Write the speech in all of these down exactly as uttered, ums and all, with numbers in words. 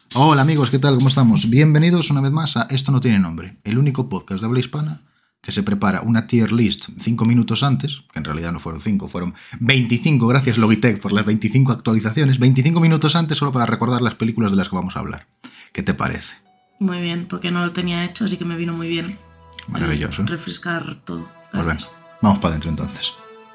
Hola amigos, ¿qué tal? ¿Cómo estamos? Bienvenidos una vez más a Esto no tiene nombre, el único podcast de habla hispana que se prepara una tier list cinco minutos antes, que en realidad no fueron cinco, fueron veinticinco, gracias Logitech por las veinticinco actualizaciones, veinticinco minutos antes solo para recordar las películas de las que vamos a hablar. ¿Qué te parece? Muy bien, porque no lo tenía hecho, así que me vino muy bien. Maravilloso. Refrescar todo. Gracias. Pues venga, vamos para adentro entonces.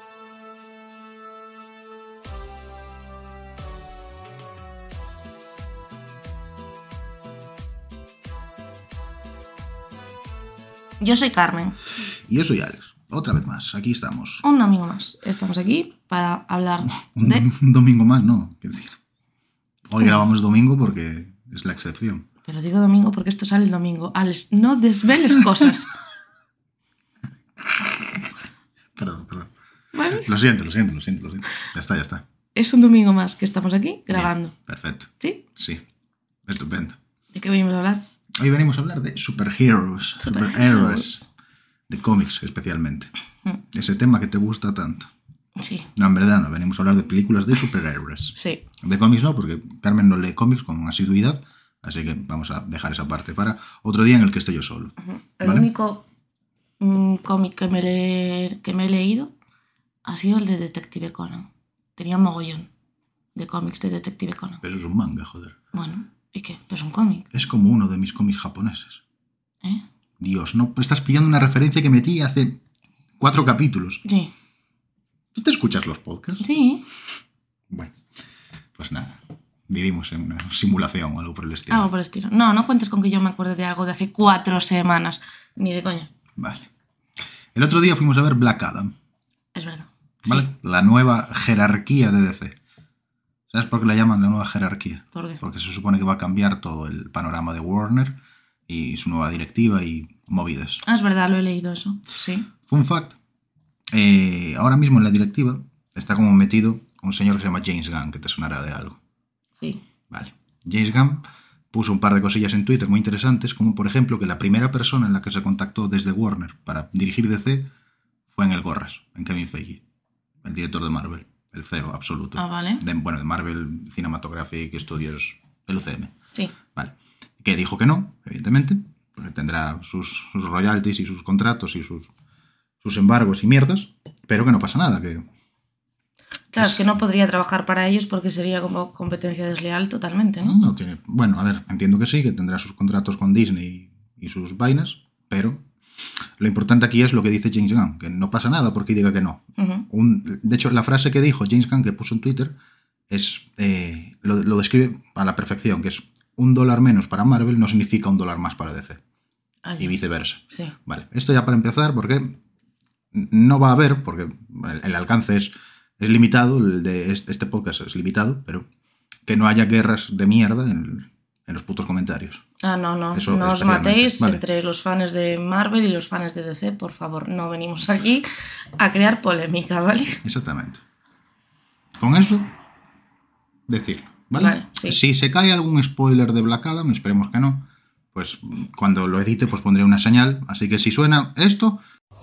Yo soy Carmen. Y yo soy Alex. Otra vez más, aquí estamos. Un domingo más. Estamos aquí para hablar Un, de... un domingo más, no. Quiero decir, hoy grabamos domingo porque es la excepción. Pero digo domingo porque esto sale el domingo. Alex, no desveles cosas. Perdón, perdón. ¿Vale? Lo siento, lo siento, lo siento, lo siento. Ya está, ya está. Es un domingo más que estamos aquí grabando. Bien, perfecto. ¿Sí? Sí, estupendo. ¿De qué venimos a hablar? Hoy venimos a hablar de superheroes, superhéroes, de cómics especialmente. Mm. Ese tema que te gusta tanto. Sí. No, en verdad no, venimos a hablar de películas de superhéroes. Sí. De cómics no, porque Carmen no lee cómics con asiduidad, así que vamos a dejar esa parte para otro día en el que esté yo solo. Uh-huh. El ¿Vale? único mm, cómic que me, le... que me he leído ha sido el de Detective Conan. Tenía un mogollón de cómics de Detective Conan. Pero es un manga, joder. Bueno, ¿y qué? Pero es un cómic. Es como uno de mis cómics japoneses. ¿Eh? Dios, no estás pillando una referencia que metí hace cuatro capítulos. Sí. ¿Tú te escuchas los podcasts? Sí. Bueno, pues nada. Vivimos en una simulación o algo por el estilo. Algo por el estilo. No, no cuentes con que yo me acuerde de algo de hace cuatro semanas. Ni de coña. Vale. El otro día fuimos a ver Black Adam. Es verdad. ¿Vale? Sí. La nueva jerarquía de D C. ¿Sabes por qué la llaman la nueva jerarquía? ¿Por qué? Porque se supone que va a cambiar todo el panorama de Warner y su nueva directiva y movidas. Ah, es verdad, lo he leído eso. Sí. Fun fact. Eh, ahora mismo en la directiva está como metido un señor que se llama James Gunn, que te sonará de algo. Sí. Vale. James Gunn puso un par de cosillas en Twitter muy interesantes, como por ejemplo que la primera persona en la que se contactó desde Warner para dirigir D C fue en el Gorras, en Kevin Feige, el director de Marvel, el C E O absoluto. Ah, vale. De, bueno, de Marvel Cinematographic Studios, el U C M. Sí. Vale. Que dijo que no, evidentemente, porque tendrá sus, sus royalties y sus contratos y sus, sus embargos y mierdas, pero que no pasa nada, que... Claro, es, es que no podría trabajar para ellos porque sería como competencia desleal totalmente, ¿no? no que, bueno, a ver, entiendo que sí, que tendrá sus contratos con Disney y, y sus vainas, pero lo importante aquí es lo que dice James Gunn, que no pasa nada porque diga que no. Uh-huh. Un, de hecho, la frase que dijo James Gunn, que puso en Twitter, es eh, lo, lo describe a la perfección, que es un dólar menos para Marvel no significa un dólar más para D C. Ay, Y viceversa. sí. Vale, esto ya para empezar, porque no va a haber, porque el, el alcance es, es limitado, el de este podcast es limitado, pero que no haya guerras de mierda en, en los putos comentarios. Ah, no, no. Eso no os especialmente. matéis Vale. entre los fans de Marvel y los fans de D C, por favor. No venimos aquí a crear polémica, ¿vale? Exactamente. Con eso, decirlo, ¿vale? Vale, sí. Si se cae algún spoiler de Black Adam, esperemos que no, pues cuando lo edite pues pondré una señal, así que si suena esto,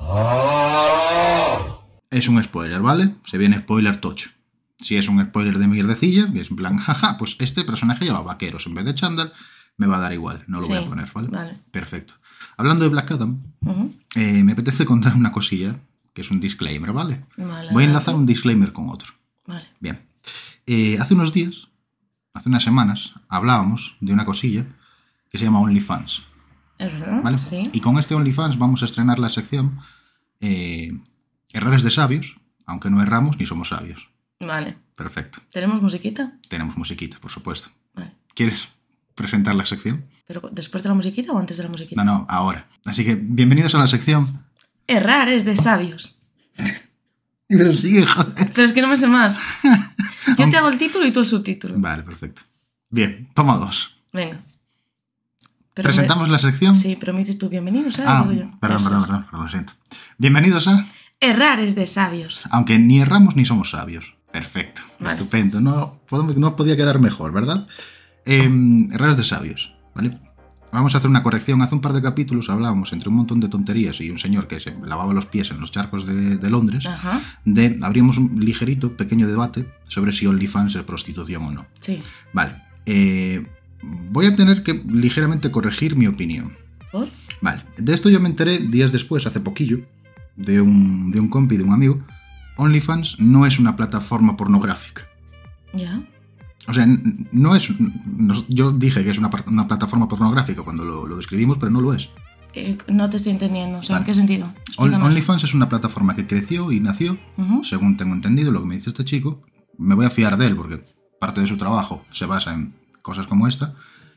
es un spoiler, ¿vale? Se viene spoiler tocho. Si es un spoiler de mierdecilla, que es en plan, jaja, pues este personaje lleva vaqueros en vez de chándal, me va a dar igual, no lo Sí, voy a poner, ¿vale? vale. Perfecto. Hablando de Black Adam, Uh-huh. eh, me apetece contar una cosilla, que es un disclaimer, ¿vale? Vale, Voy a vale. enlazar un disclaimer con otro. Vale. Bien. Eh, hace unos días, hace unas semanas, hablábamos de una cosilla que se llama OnlyFans. Es verdad, ¿Vale? sí. Y con este OnlyFans vamos a estrenar la sección eh, Errores de sabios, aunque no erramos ni somos sabios. Vale. Perfecto. ¿Tenemos musiquita? Tenemos musiquita, por supuesto. Vale. ¿Quieres presentar la sección? ¿Pero después de la musiquita o antes de la musiquita? No, no, ahora. Así que bienvenidos a la sección. Errar es de sabios. Pero sigue, joder. Pero es que no me sé más. Yo te hago el título y tú el subtítulo. Vale, perfecto. Bien, toma dos. Venga. Pero ¿Presentamos me... la sección? Sí, pero me dices tú bienvenidos, ¿sabes? Ah, Digo yo. perdón, Eso perdón, es. perdón, perdón, lo siento. Bienvenidos a... Errar es de sabios. Aunque ni erramos ni somos sabios. Perfecto, Vale. estupendo. No, podemos- no podía quedar mejor, ¿verdad? Eh, errores de sabios, ¿vale? Vamos a hacer una corrección. Hace un par de capítulos hablábamos entre un montón de tonterías y un señor que se lavaba los pies en los charcos de, de Londres. Ajá. De, abrimos un ligerito, pequeño debate sobre si OnlyFans es prostitución o no. Sí. Vale. Eh, voy a tener que ligeramente corregir mi opinión. ¿Por? Vale, de esto yo me enteré días después, hace poquillo, de un, de un compi, de un amigo. OnlyFans no es una plataforma pornográfica. Ya. O sea, no es... No, yo dije que es una, una plataforma pornográfica cuando lo, lo describimos, pero no lo es. Eh, no te estoy entendiendo. O sea, Vale. ¿en qué sentido? On, OnlyFans es una plataforma que creció y nació, uh-huh. según tengo entendido, lo que me dice este chico. Me voy a fiar de él porque parte de su trabajo se basa en cosas como esta,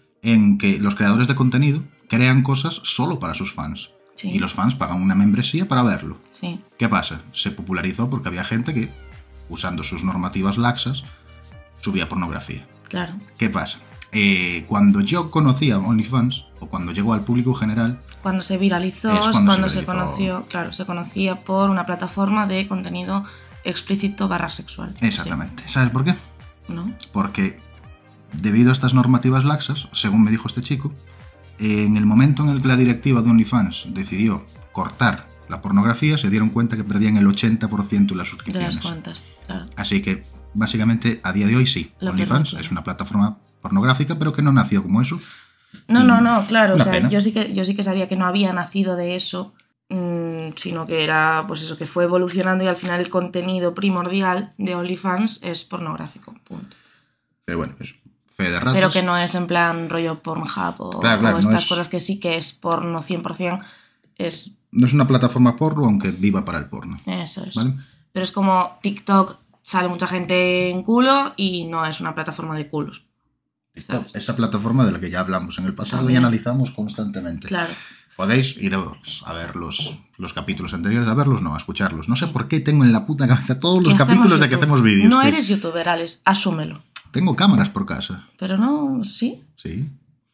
en que los creadores de contenido crean cosas solo para sus fans. Sí. Y los fans pagan una membresía para verlo. Sí. ¿Qué pasa? Se popularizó porque había gente que, usando sus normativas laxas, subía pornografía. Claro. ¿Qué pasa? Eh, cuando yo conocía OnlyFans, o cuando llegó al público general... Cuando se viralizó, es cuando, cuando se, se conoció, claro, se conocía por una plataforma de contenido explícito barra sexual. Exactamente. Sí. ¿Sabes por qué? No. Porque debido a estas normativas laxas, según me dijo este chico, en el momento en el que la directiva de OnlyFans decidió cortar la pornografía, se dieron cuenta que perdían el ochenta por ciento de las suscripciones. De las cuentas, claro. Así que, básicamente, a día de hoy sí, la OnlyFans es una plataforma pornográfica, pero que no nació como eso. No, no, no, claro. O sea, yo sí, que, yo sí que sabía que no había nacido de eso, mmm, sino que era, pues eso, que fue evolucionando y al final el contenido primordial de OnlyFans es pornográfico, punto. Pero bueno, eso. Fe de ratas. Pero que no es en plan rollo Pornhub o, claro, claro, o estas no es... cosas que sí que es porno cien por ciento. Es... No es una plataforma porno, aunque viva para el porno. Eso es. ¿Vale? Pero es como TikTok, sale mucha gente en culo y no es una plataforma de culos. TikTok, esa plataforma de la que ya hablamos en el pasado También. y analizamos constantemente. Claro. Podéis ir a ver los, los capítulos anteriores, a verlos, no, a escucharlos. No sé por qué tengo en la puta cabeza todos los capítulos YouTube? de que hacemos vídeos. No tío. eres youtuber, Alex, asúmelo. Tengo cámaras por casa. Pero no, ¿sí? Sí.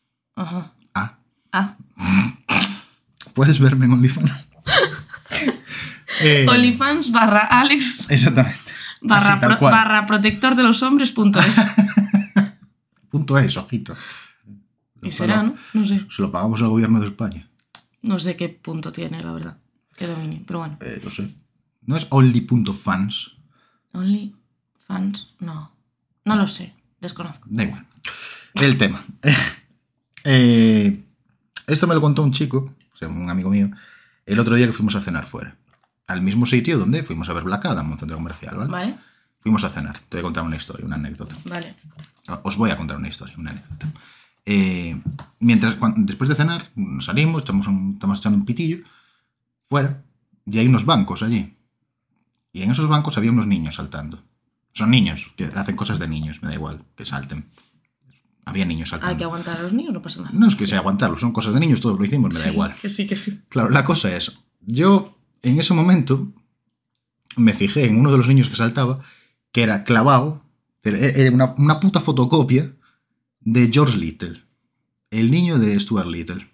Ajá. Ah. Ah. Puedes verme en OnlyFans. eh, OnlyFans barra Alex. Exactamente. Barra, Así, pro, barra protector de los hombres punto es. punto es, ojito. Lo y será, ¿no? No sé. Se lo pagamos al gobierno de España. No sé qué punto tiene, la verdad. Qué dominio, pero bueno. Eh, no sé. ¿No es only.fans? OnlyFans, no. No lo sé, desconozco. Da igual. El tema. eh, esto me lo contó un chico, o sea, un amigo mío, el otro día que fuimos a cenar fuera. Al mismo sitio donde fuimos a ver Black Adam, un centro comercial, ¿vale? Vale. Fuimos a cenar. Te voy a contar una historia, una anécdota. Vale. Os voy a contar una historia, una anécdota. Eh, mientras, cuando, después de cenar, salimos, estamos, un, estamos echando un pitillo fuera, y hay unos bancos allí. Y en esos bancos había unos niños saltando. Son niños, que hacen cosas de niños, me da igual, que salten. Había niños saltando. Hay que aguantar a los niños, no pasa nada. No es que sea aguantarlos, son cosas de niños, todos lo hicimos, me sí, da igual. Que sí, que sí. Claro, la cosa es, yo en ese momento me fijé en uno de los niños que saltaba, que era clavado, pero era una, una puta fotocopia de George Little, el niño de Stuart Little.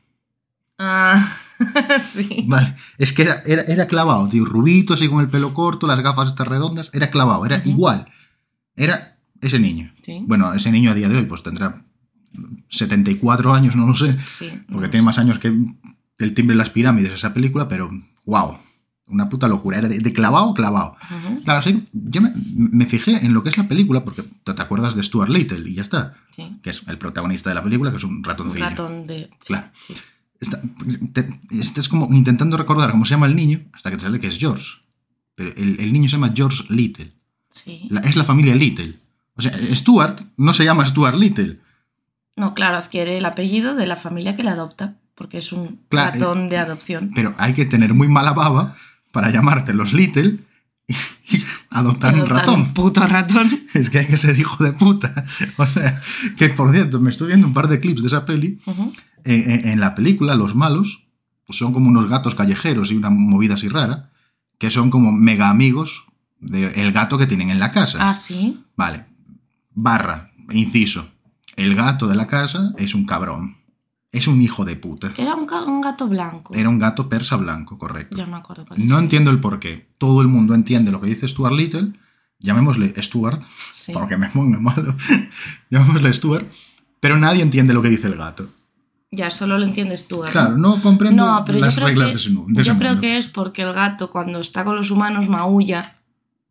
Ah, sí. Vale, es que era, era, era clavado, tío, rubito, así con el pelo corto, las gafas estas redondas, era clavado, era uh-huh. igual. Era ese niño. ¿Sí? Bueno, ese niño a día de hoy pues tendrá setenta y cuatro años, no lo sé, sí, porque no tiene más años que El timbre de las pirámides, esa película, pero wow, una puta locura, era de, de clavado, clavado. Uh-huh. Claro, sí, yo me, me fijé en lo que es la película, porque te, te acuerdas de Stuart Little y ya está, sí. que es el protagonista de la película, que es un ratoncillo. Un ratón de... Sí, claro. Sí. Está, te, estás como intentando recordar cómo se llama el niño, hasta que te sale que es George. Pero el, el niño se llama George Little. Sí. La, es la familia Little. O sea, Stuart no se llama Stuart Little. No, claro, adquiere el apellido de la familia que la adopta, porque es un claro, ratón eh, de adopción. Pero hay que tener muy mala baba para llamarte los Little y, y adoptar y un ratón. Un puto ratón. Es que hay que ser hijo de puta. O sea, que por cierto, me estoy viendo un par de clips de esa peli. Uh-huh. En, en la película, los malos son como unos gatos callejeros y una movida así rara, que son como mega amigos del gato que tienen en la casa. Ah, ¿sí? Vale. Barra, inciso. El gato de la casa es un cabrón. Es un hijo de puta. Era un, ga- un gato blanco. Era un gato persa blanco, correcto. Ya me acuerdo. Cuál es. No entiendo el porqué. Todo el mundo entiende lo que dice Stuart Little. Llamémosle Stuart, Sí. porque me ponga malo. Llamémosle Stuart. Pero nadie entiende lo que dice el gato. Ya, solo lo entiendes tú, ¿verdad? Claro, no comprendo No, pero las yo creo reglas que, de ese, de ese Yo creo mundo. que es porque el gato, cuando está con los humanos, maulla.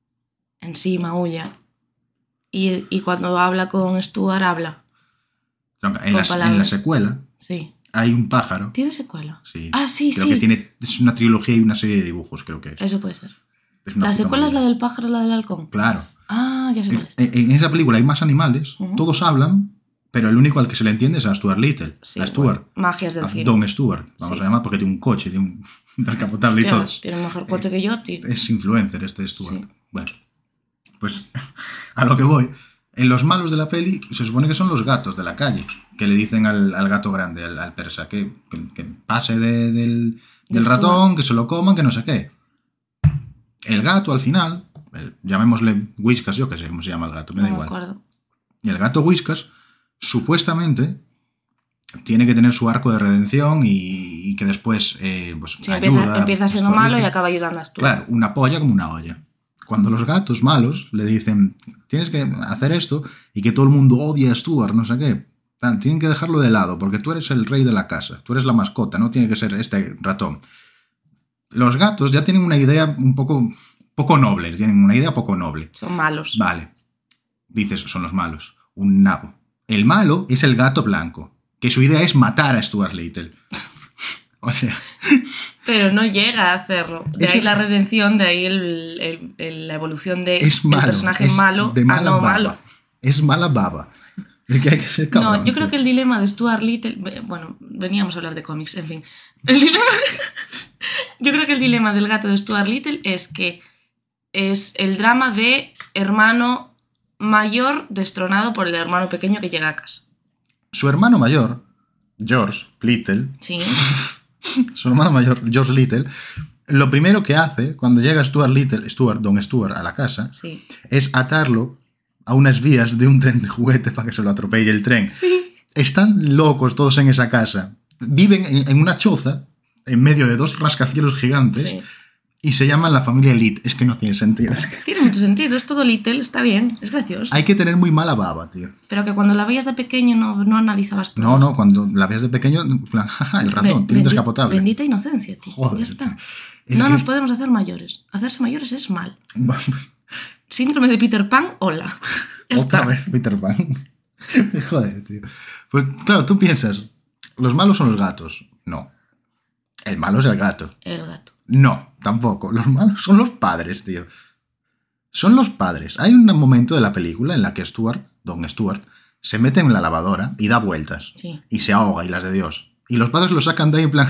En sí, maulla. Y, y cuando habla con Stuart, habla. En la, en la secuela sí. hay un pájaro. ¿Tiene secuela? Sí. Ah, sí, creo sí. Que tiene, es una trilogía y una serie de dibujos, creo que es. Eso puede ser. Es ¿La secuela es la del pájaro, la del halcón? Claro. Ah, ya sé cuál es. En, en esa película hay más animales, uh-huh. todos hablan, pero el único al que se le entiende es a Stuart Little. Sí, a Stuart. Bueno, magias del a cine. Don Stuart, vamos sí. a llamar, porque tiene un coche, tiene un descapotable y todo. Tiene un mejor coche eh, que yo, tío. Es influencer este Stuart. Sí. Bueno, pues a lo que voy. En los malos de la peli se supone que son los gatos de la calle, que le dicen al, al gato grande, al, al persa, que, que, que pase de, del, del ratón, que se lo coman, que no sé qué. El gato al final, el, llamémosle Whiskas, yo que sé cómo se llama el gato, me no da igual. Me acuerdo. Y el gato Whiskas, supuestamente, tiene que tener su arco de redención y, y que después eh, pues, sí, ayuda. Empieza, empieza siendo malo y acaba ayudando a Stuart. Claro, una polla como una olla. Cuando los gatos malos le dicen, tienes que hacer esto y que todo el mundo odia a Stuart, no sé qué, tienen que dejarlo de lado porque tú eres el rey de la casa, tú eres la mascota, no tiene que ser este ratón. Los gatos ya tienen una idea un poco, poco noble, tienen una idea poco noble. Son malos. Vale, dices, son los malos, un nabo. El malo es el gato blanco, que su idea es matar a Stuart Little. O sea... Pero no llega a hacerlo. De es ahí la redención, de ahí el, el, el, la evolución de es malo, el personaje es malo de mala a no baba. malo. Es mala baba. Es que hay que ser cabrón, no, yo creo que el dilema de Stuart Little... Bueno, veníamos a hablar de cómics, en fin. El dilema de, yo creo que el dilema del gato de Stuart Little es que es el drama de hermano mayor destronado por el hermano pequeño que llega a casa. Su hermano mayor, George Little... Sí... su hermano mayor, George Little, lo primero que hace cuando llega Stuart Little, Stuart, Don Stuart, a la casa, sí. es atarlo a unas vías de un tren de juguete para que se lo atropelle el tren. Sí. Están locos todos en esa casa. Viven en, en una choza, en medio de dos rascacielos gigantes, sí. y se llaman la familia Little. Es que no tiene sentido. Es que... Tiene mucho sentido, es todo Little, está bien, es gracioso. Hay que tener muy mala baba, tío. Pero que cuando la veías de pequeño no, no analizabas todo. No, no, cuando la veías de pequeño, en plan, jaja, el ratón, Be- tiene un bendi- descapotable. Bendita inocencia, tío. Joder, ya está. Es no que... nos podemos hacer mayores. Hacerse mayores es mal. Síndrome de Peter Pan, hola. Ya Otra está. vez Peter Pan. Joder, tío. Pues claro, tú piensas, los malos son los gatos. No. El malo es el gato. El gato. No, tampoco. Los malos son los padres, tío. Son los padres. Hay un momento de la película en la que Stuart, Don Stuart, se mete en la lavadora y da vueltas. Sí. Y se ahoga, y las de Dios. Y los padres lo sacan de ahí en plan,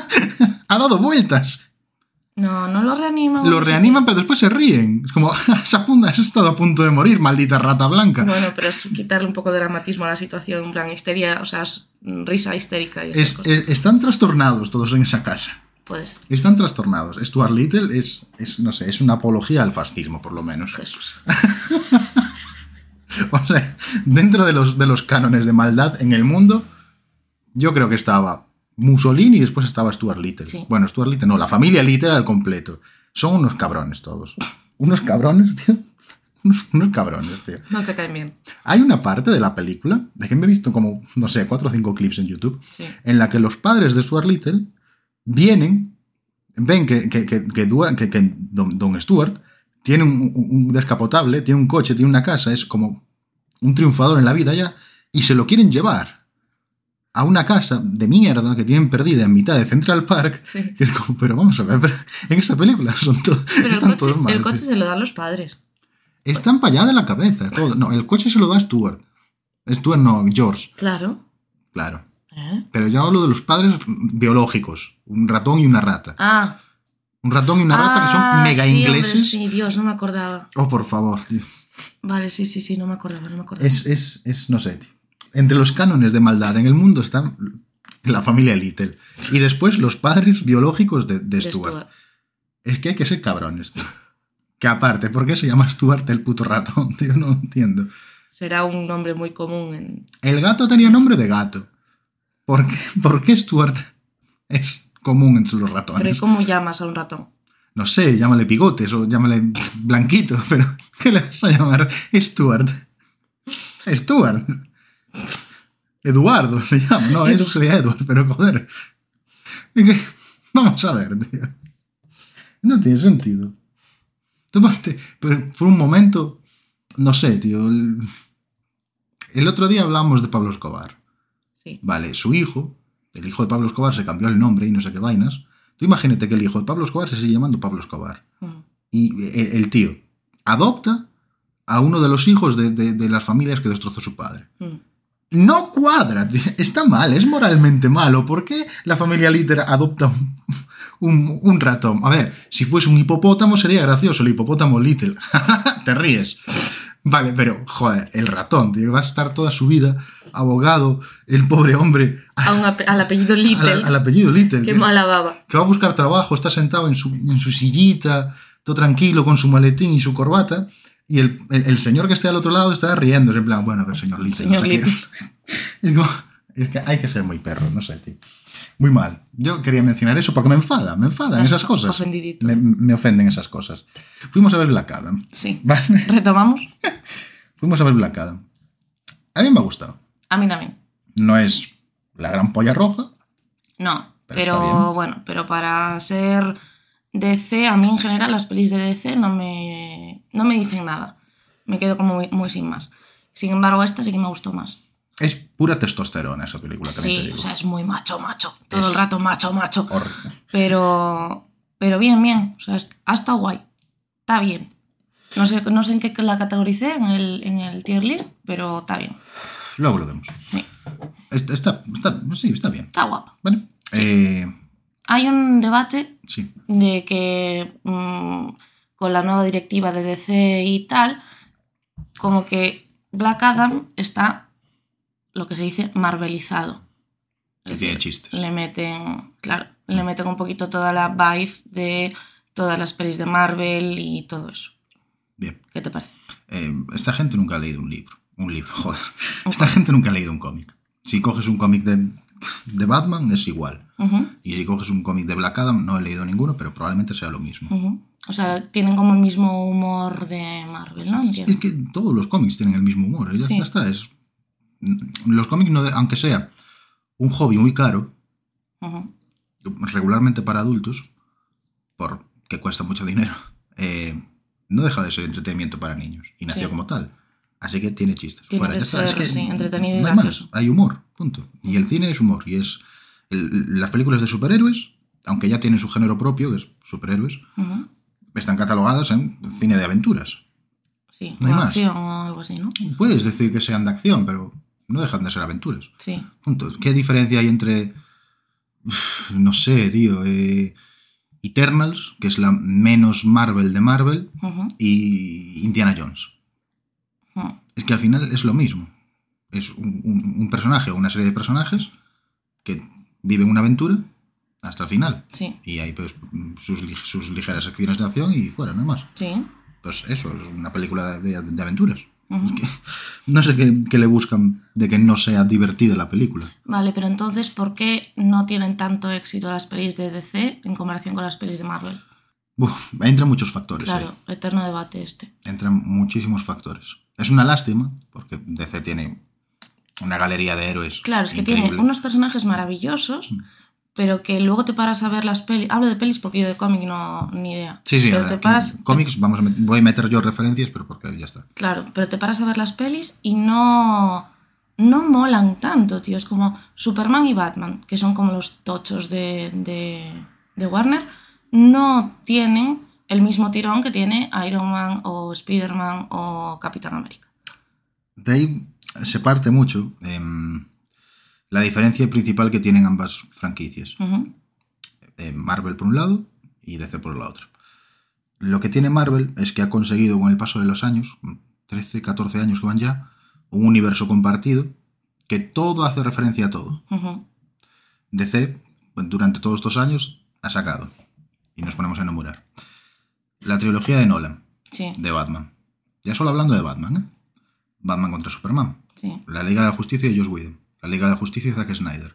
¡ha dado vueltas! No, no lo reaniman. Lo reaniman, pero después se ríen. Es como, esa punta has estado a punto de morir, maldita rata blanca. Bueno, pero es quitarle un poco de dramatismo a la situación, en plan histeria, o sea, risa histérica y es, es, Están trastornados todos en esa casa. Puede ser. Están trastornados. Stuart Little es, es, no sé, es una apología al fascismo, por lo menos. Jesús. O sea, dentro de los, de los cánones de maldad en el mundo, yo creo que estaba Mussolini y después estaba Stuart Little. Sí. Bueno, Stuart Little no, la familia Little al completo. Son unos cabrones todos. Unos cabrones, tío. Unos, unos cabrones, tío. No te caen bien. Hay una parte de la película, de que me he visto como, no sé, cuatro o cinco clips en YouTube, sí. en la que los padres de Stuart Little vienen, ven que, que, que, que, que, que don, don Stuart tiene un, un descapotable, tiene un coche, tiene una casa, es como un triunfador en la vida ya, y se lo quieren llevar a una casa de mierda que tienen perdida en mitad de Central Park. Sí. Y es como, pero vamos a ver, pero en esta película son to- pero están el coche, todos mal. El coche tío. se lo dan los padres. Están para allá de la cabeza. Todo. No, el coche se lo da Stuart. Stuart no, George. Claro. Claro. ¿Eh? Pero yo hablo de los padres biológicos. Un ratón y una rata. Ah. Un ratón y una rata ah, que son mega sí, ingleses. Hombre, sí, Dios, no me acordaba. Oh, por favor, tío. Vale, sí, sí, sí, no me acordaba, no me acordaba. Es, es, es, no sé, tío. Entre los cánones de maldad en el mundo están la familia Little. Y después los padres biológicos de, de, de Stuart. Stuart. Es que hay que ser cabrones, tío. Que aparte, ¿por qué se llama Stuart el puto ratón, tío? No entiendo. Será un nombre muy común en... El gato tenía nombre de gato. ¿Por qué, ¿Por qué Stuart es común entre los ratones? Pero ¿y cómo llamas a un ratón? No sé, llámale Bigotes o llámale Blanquito, pero ¿qué le vas a llamar? Stuart. Stuart. Eduardo se llama. No, eso sería Edward, pero joder. Es que, vamos a ver, tío. No tiene sentido. Tómate, pero por un momento, no sé, tío. El, el otro día hablamos de Pablo Escobar. Sí. Vale, su hijo, el hijo de Pablo Escobar, se cambió el nombre y no sé qué vainas. Tú imagínate que el hijo de Pablo Escobar se sigue llamando Pablo Escobar. Uh-huh. Y el, el tío adopta a uno de los hijos de, de, de las familias que destrozó su padre. Uh-huh. No cuadra, tío. Está mal, es moralmente malo. ¿Por qué la familia Litter adopta un, un, un ratón? A ver, si fuese un hipopótamo sería gracioso, el hipopótamo Little. Te ríes. Vale, pero, joder, el ratón, tío, va a estar toda su vida abogado, el pobre hombre... A un ape- al apellido Little. Al, al apellido Little. Qué mala baba. Que va a buscar trabajo, está sentado en su, en su sillita, todo tranquilo, con su maletín y su corbata, y el, el, el señor que esté al otro lado estará riéndose, en plan, bueno, a ver, señor Little. Señor no sé Little. Es, como, es que hay que ser muy perro, no sé, tío. Muy mal. Yo quería mencionar eso porque me enfada, me enfadan esas cosas. Ofendidito. Me, me ofenden esas cosas. Fuimos a ver Black Adam. Sí. ¿Vale? ¿Retomamos? Fuimos a ver Black Adam. A mí me ha gustado. A mí también. No es la gran polla roja. No, pero, pero bueno, pero para ser D C, a mí en general las pelis de D C no me, no me dicen nada. Me quedo como muy, muy sin más. Sin embargo, esta sí que me gustó más. Es pura testosterona esa película. Sí, o sea, es muy macho, macho. Todo es el rato macho, macho. Horrible. Pero, pero bien, bien. O sea, ha estado guay. Está bien. No sé, no sé en qué la categoricé en el, en el tier list, pero está bien. Luego lo vemos. Sí. Está, está, está, sí, está bien. Está guapa. Vale. Sí. Eh... Hay un debate sí. de que mmm, con la nueva directiva de D C y tal, como que Black Adam está... lo que se dice marvelizado. Que tiene chistes. Le meten, claro, le meten un poquito toda la vibe de todas las pelis de Marvel y todo eso. Bien. ¿Qué te parece? Eh, esta gente nunca ha leído un libro. Un libro, joder. Esta gente nunca ha leído un cómic. Si coges un cómic de, de Batman, es igual. Uh-huh. Y si coges un cómic de Black Adam, no he leído ninguno, pero probablemente sea lo mismo. Uh-huh. O sea, tienen como el mismo humor de Marvel, ¿no? Entiendo. Es que todos los cómics tienen el mismo humor. Ya, sí. ya está, es... Los cómics, no de, aunque sea un hobby muy caro, uh-huh. regularmente para adultos, porque cuesta mucho dinero, eh, no deja de ser entretenimiento para niños. Y nació sí. como tal. Así que tiene chistes. Tiene Fuera, que ser, es que sí, entretenido y no hay gracioso. Más, hay humor, punto. Y el cine es humor. Y es el, las películas de superhéroes, aunque ya tienen su género propio, que es superhéroes, uh-huh. están catalogadas en cine de aventuras. Sí, no o acción o algo así, ¿no? Puedes decir que sean de acción, pero no dejan de ser aventuras. Sí. Punto. ¿Qué diferencia hay entre, no sé, tío, eh, Eternals, que es la menos Marvel de Marvel, uh-huh. y Indiana Jones? Uh-huh. Es que al final es lo mismo. Es un, un, un personaje o una serie de personajes que viven una aventura hasta el final. Sí. Y hay pues sus, sus ligeras acciones de acción y fuera, no hay más. Sí. Pues eso, es una película de, de aventuras. Uh-huh. Es que no sé qué, qué le buscan de que no sea divertida la película. Vale, pero entonces, ¿por qué no tienen tanto éxito las pelis de D C en comparación con las pelis de Marvel? Uf, entran muchos factores. Claro, ahí. Eterno debate este. Entran muchísimos factores. Es una lástima, porque D C tiene una galería de héroes. Claro, es que increíble. Tiene unos personajes maravillosos, mm. pero que luego te paras a ver las pelis. Hablo de pelis porque yo de cómic no ni idea. Sí, sí, pero ver, te paras, cómics, te... vamos a met- voy a meter yo referencias, pero porque ya está. Claro, pero te paras a ver las pelis y no, no molan tanto, tío. Es como Superman y Batman, que son como los tochos de, de, de Warner, no tienen el mismo tirón que tiene Iron Man o Spider-Man o Capitán América. De ahí se parte mucho eh, la diferencia principal que tienen ambas franquicias. Uh-huh. Eh, Marvel por un lado y D C por la otra. Lo que tiene Marvel es que ha conseguido con el paso de los años, trece, catorce años que van ya, un universo compartido que todo hace referencia a todo. Uh-huh. D C, durante todos estos años, ha sacado, y nos ponemos a enumerar, la trilogía de Nolan, sí. de Batman. Ya solo hablando de Batman, ¿eh? Batman contra Superman. Sí. La Liga de la Justicia de Joss Whedon. La Liga de la Justicia de Zack Snyder.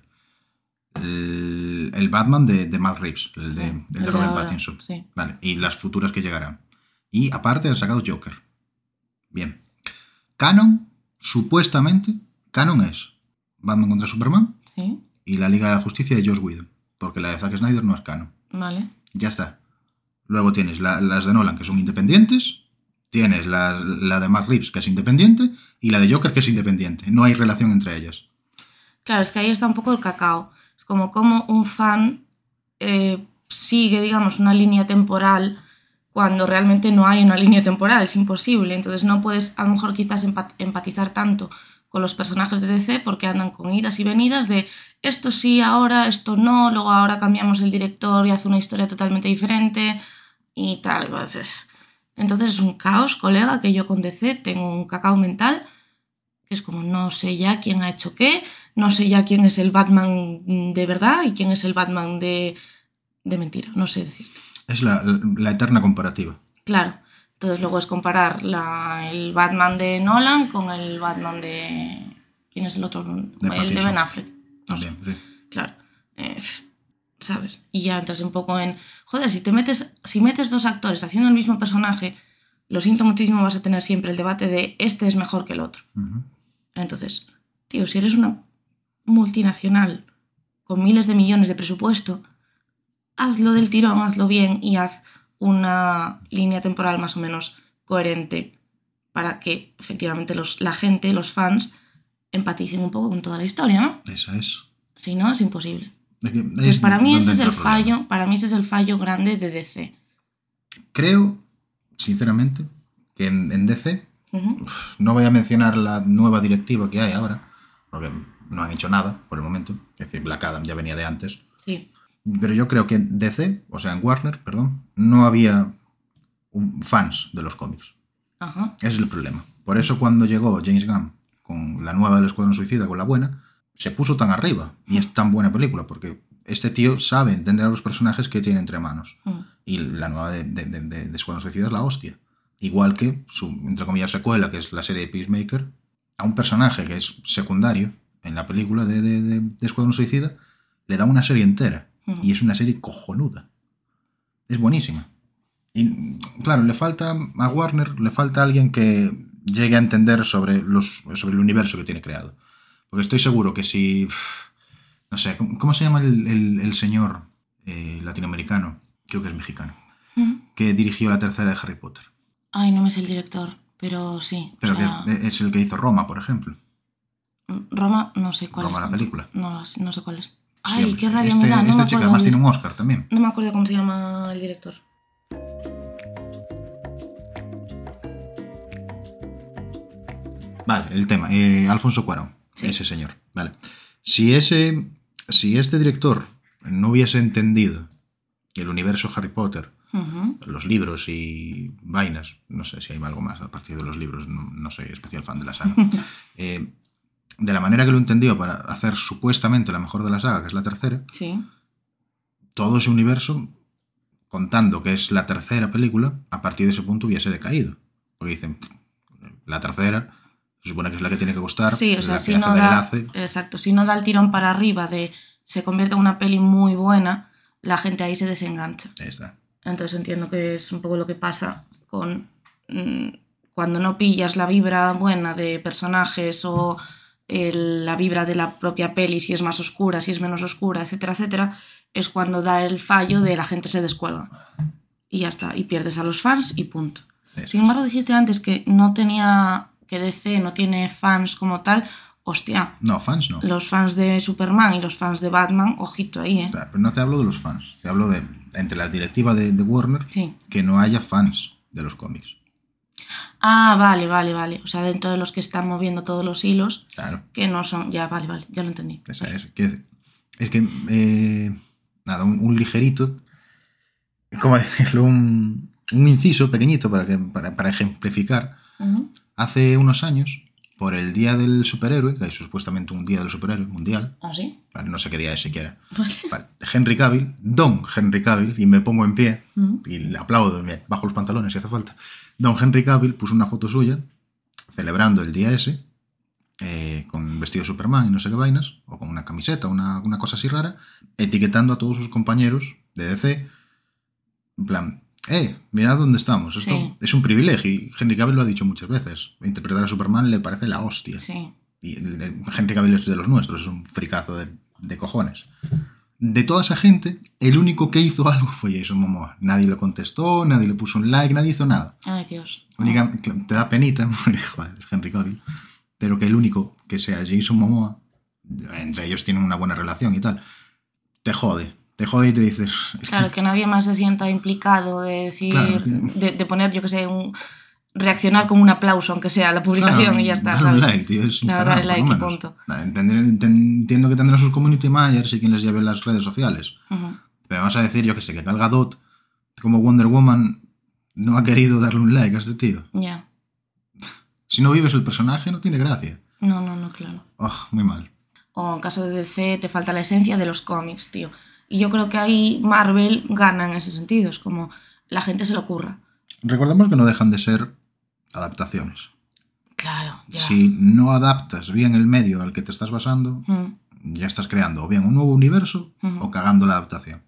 El, el Batman de, de Matt Reeves, el de, sí, el de Robert Pattinson. Sí. Vale. Y las futuras que llegarán. Y aparte han sacado Joker. Bien. Canon, supuestamente, Canon es Batman contra Superman, sí. y la Liga de la Justicia de Joss Whedon. Porque la de Zack Snyder no es Canon. Vale. Ya está. Luego tienes la, las de Nolan, que son independientes. Tienes la, la de Matt Reeves, que es independiente. Y la de Joker, que es independiente. No hay relación entre ellas. Claro, es que ahí está un poco el cacao. Es como como un fan eh, sigue, digamos, una línea temporal cuando realmente no hay una línea temporal, es imposible. Entonces no puedes a lo mejor quizás empatizar tanto con los personajes de D C porque andan con idas y venidas de esto sí, ahora, esto no, luego ahora cambiamos el director y hace una historia totalmente diferente y tal. Entonces es un caos, colega, que yo con D C tengo un cacao mental que es como no sé ya quién ha hecho qué, no sé ya quién es el Batman de verdad y quién es el Batman de, de mentira, no sé decirte. Es la, la eterna comparativa. Claro. Entonces luego es comparar la, el Batman de Nolan con el Batman de... ¿Quién es el otro? De el de Ben Affleck. No También, sé. sí. Claro. Eh, ¿Sabes? Y ya entras un poco en... Joder, si te metes, si metes dos actores haciendo el mismo personaje, lo siento muchísimo, vas a tener siempre el debate de este es mejor que el otro. Uh-huh. Entonces, tío, si eres una multinacional con miles de millones de presupuesto, hazlo del tirón, hazlo bien y haz una línea temporal más o menos coherente para que efectivamente los, la gente, los fans, empaticen un poco con toda la historia, ¿no? Esa es. Si no, es imposible. Es que, Entonces, para mí ese es el fallo, para mí ese es el fallo grande de D C. Creo, sinceramente, que en, en D C, uh-huh. no voy a mencionar la nueva directiva que hay ahora, porque no han hecho nada por el momento. Es decir, Black Adam ya venía de antes. Sí. Pero yo creo que en D C, o sea, en Warner, perdón, no había un, fans de los cómics. Ajá. Ese es el problema. Por eso cuando llegó James Gunn con la nueva del Escuadrón Suicida, con la buena, se puso tan arriba. Y es tan buena película, porque este tío sabe entender a los personajes que tiene entre manos. Uh. Y la nueva de, de, de, de, de Escuadrón Suicida es la hostia. Igual que su, entre comillas, secuela, que es la serie de Peacemaker, a un personaje que es secundario en la película de, de, de, de Escuadrón Suicida, le da una serie entera. Y es una serie cojonuda. Es buenísima. Y claro, le falta a Warner, le falta alguien que llegue a entender sobre, los, sobre el universo que tiene creado. Porque estoy seguro que si... No sé, ¿cómo se llama el, el, el señor eh, latinoamericano? Creo que es mexicano. ¿Mm? Que dirigió la tercera de Harry Potter. Ay, no me sé el director, pero sí. Pero o sea... que es, es el que hizo Roma, por ejemplo. Roma, no sé cuál Roma, es. Roma, la película. No, no sé cuál es. Ay, sí, qué rabia este, me da. No esta me chica además el... tiene un Oscar también. No me acuerdo cómo se llama el director. Vale, el tema. Eh, Alfonso Cuarón. Sí. Ese señor. Vale. Si ese, si este director no hubiese entendido el universo Harry Potter, uh-huh. los libros y vainas, no sé si hay algo más a partir de los libros, no, no soy especial fan de la saga, eh, de la manera que lo entendió para hacer supuestamente la mejor de la saga, que es la tercera, sí. todo ese universo, contando que es la tercera película, a partir de ese punto hubiese decaído. Porque dicen, la tercera se supone que es la que tiene que gustar, sí, o sea, la si que no hace da, enlace. Exacto, si no da el tirón para arriba de se convierte en una peli muy buena, la gente ahí se desengancha. Está. Entonces entiendo que es un poco lo que pasa con mmm, cuando no pillas la vibra buena de personajes o el, la vibra de la propia peli, si es más oscura, si es menos oscura, etcétera, etcétera, es cuando da el fallo de la gente se descuelga. Y ya está, y pierdes a los fans y punto. Eso. Sin embargo, dijiste antes que no tenía, que D C no tiene fans como tal. Hostia. No, fans no. Los fans de Superman y los fans de Batman, ojito ahí, ¿eh? Claro, pero no te hablo de los fans, te hablo de, entre la directiva de, de Warner, sí. que no haya fans de los cómics. Ah, vale, vale, vale. O sea, dentro de los que están moviendo todos los hilos, claro. Que no son... Ya, vale, vale, ya lo entendí. Esa es, que, es que, eh, nada, un, un ligerito, ¿cómo decirlo? Un, un inciso pequeñito para, que, para, para ejemplificar. Uh-huh. Hace unos años, por el Día del Superhéroe, que hay supuestamente un Día del Superhéroe mundial. ¿Ah, sí? Vale, no sé qué día es siquiera. Vale. Vale, Henry Cavill, Don Henry Cavill, y me pongo en pie, uh-huh. y le aplaudo, me bajo los pantalones si hace falta. Don Henry Cavill puso una foto suya, celebrando el día ese, eh, con vestido de Superman y no sé qué vainas, o con una camiseta, una, una cosa así rara, etiquetando a todos sus compañeros de D C, en plan... Eh, mirad dónde estamos. Esto sí. es un privilegio. Y Henry Cavill lo ha dicho muchas veces. Interpretar a Superman le parece la hostia. Sí. Y el, el, Henry Cavill es de los nuestros, es un fricazo de, de cojones. De toda esa gente, el único que hizo algo fue Jason Momoa. Nadie lo contestó, nadie le puso un like, nadie hizo nada. Ay, Dios. Única, te da penita, porque joder, es Henry Cavill. Pero que el único que sea Jason Momoa entre ellos tienen una buena relación y tal, te jode. Te jode y te dices... Claro, que nadie más se sienta implicado de decir... Claro, de, de poner, yo que sé, un... reaccionar con un aplauso, aunque sea la publicación, claro, y ya está, dale ¿sabes? Un like, tío, es claro, dale like y punto. Entiendo que tendrán sus community managers y quien les lleve las redes sociales. Uh-huh. Pero vas a decir, yo que sé, que Gal Gadot, como Wonder Woman, no ha querido darle un like a este tío. Ya. Yeah. Si no vives el personaje, no tiene gracia. No, no, no, claro. Oh, muy mal. O en caso de D C, te falta la esencia de los cómics, tío. Y yo creo que ahí Marvel gana en ese sentido. Es como la gente se lo ocurra. Recordemos que no dejan de ser adaptaciones. Claro, ya. Si no adaptas bien el medio al que te estás basando, mm. ya estás creando o bien un nuevo universo mm. o cagando la adaptación.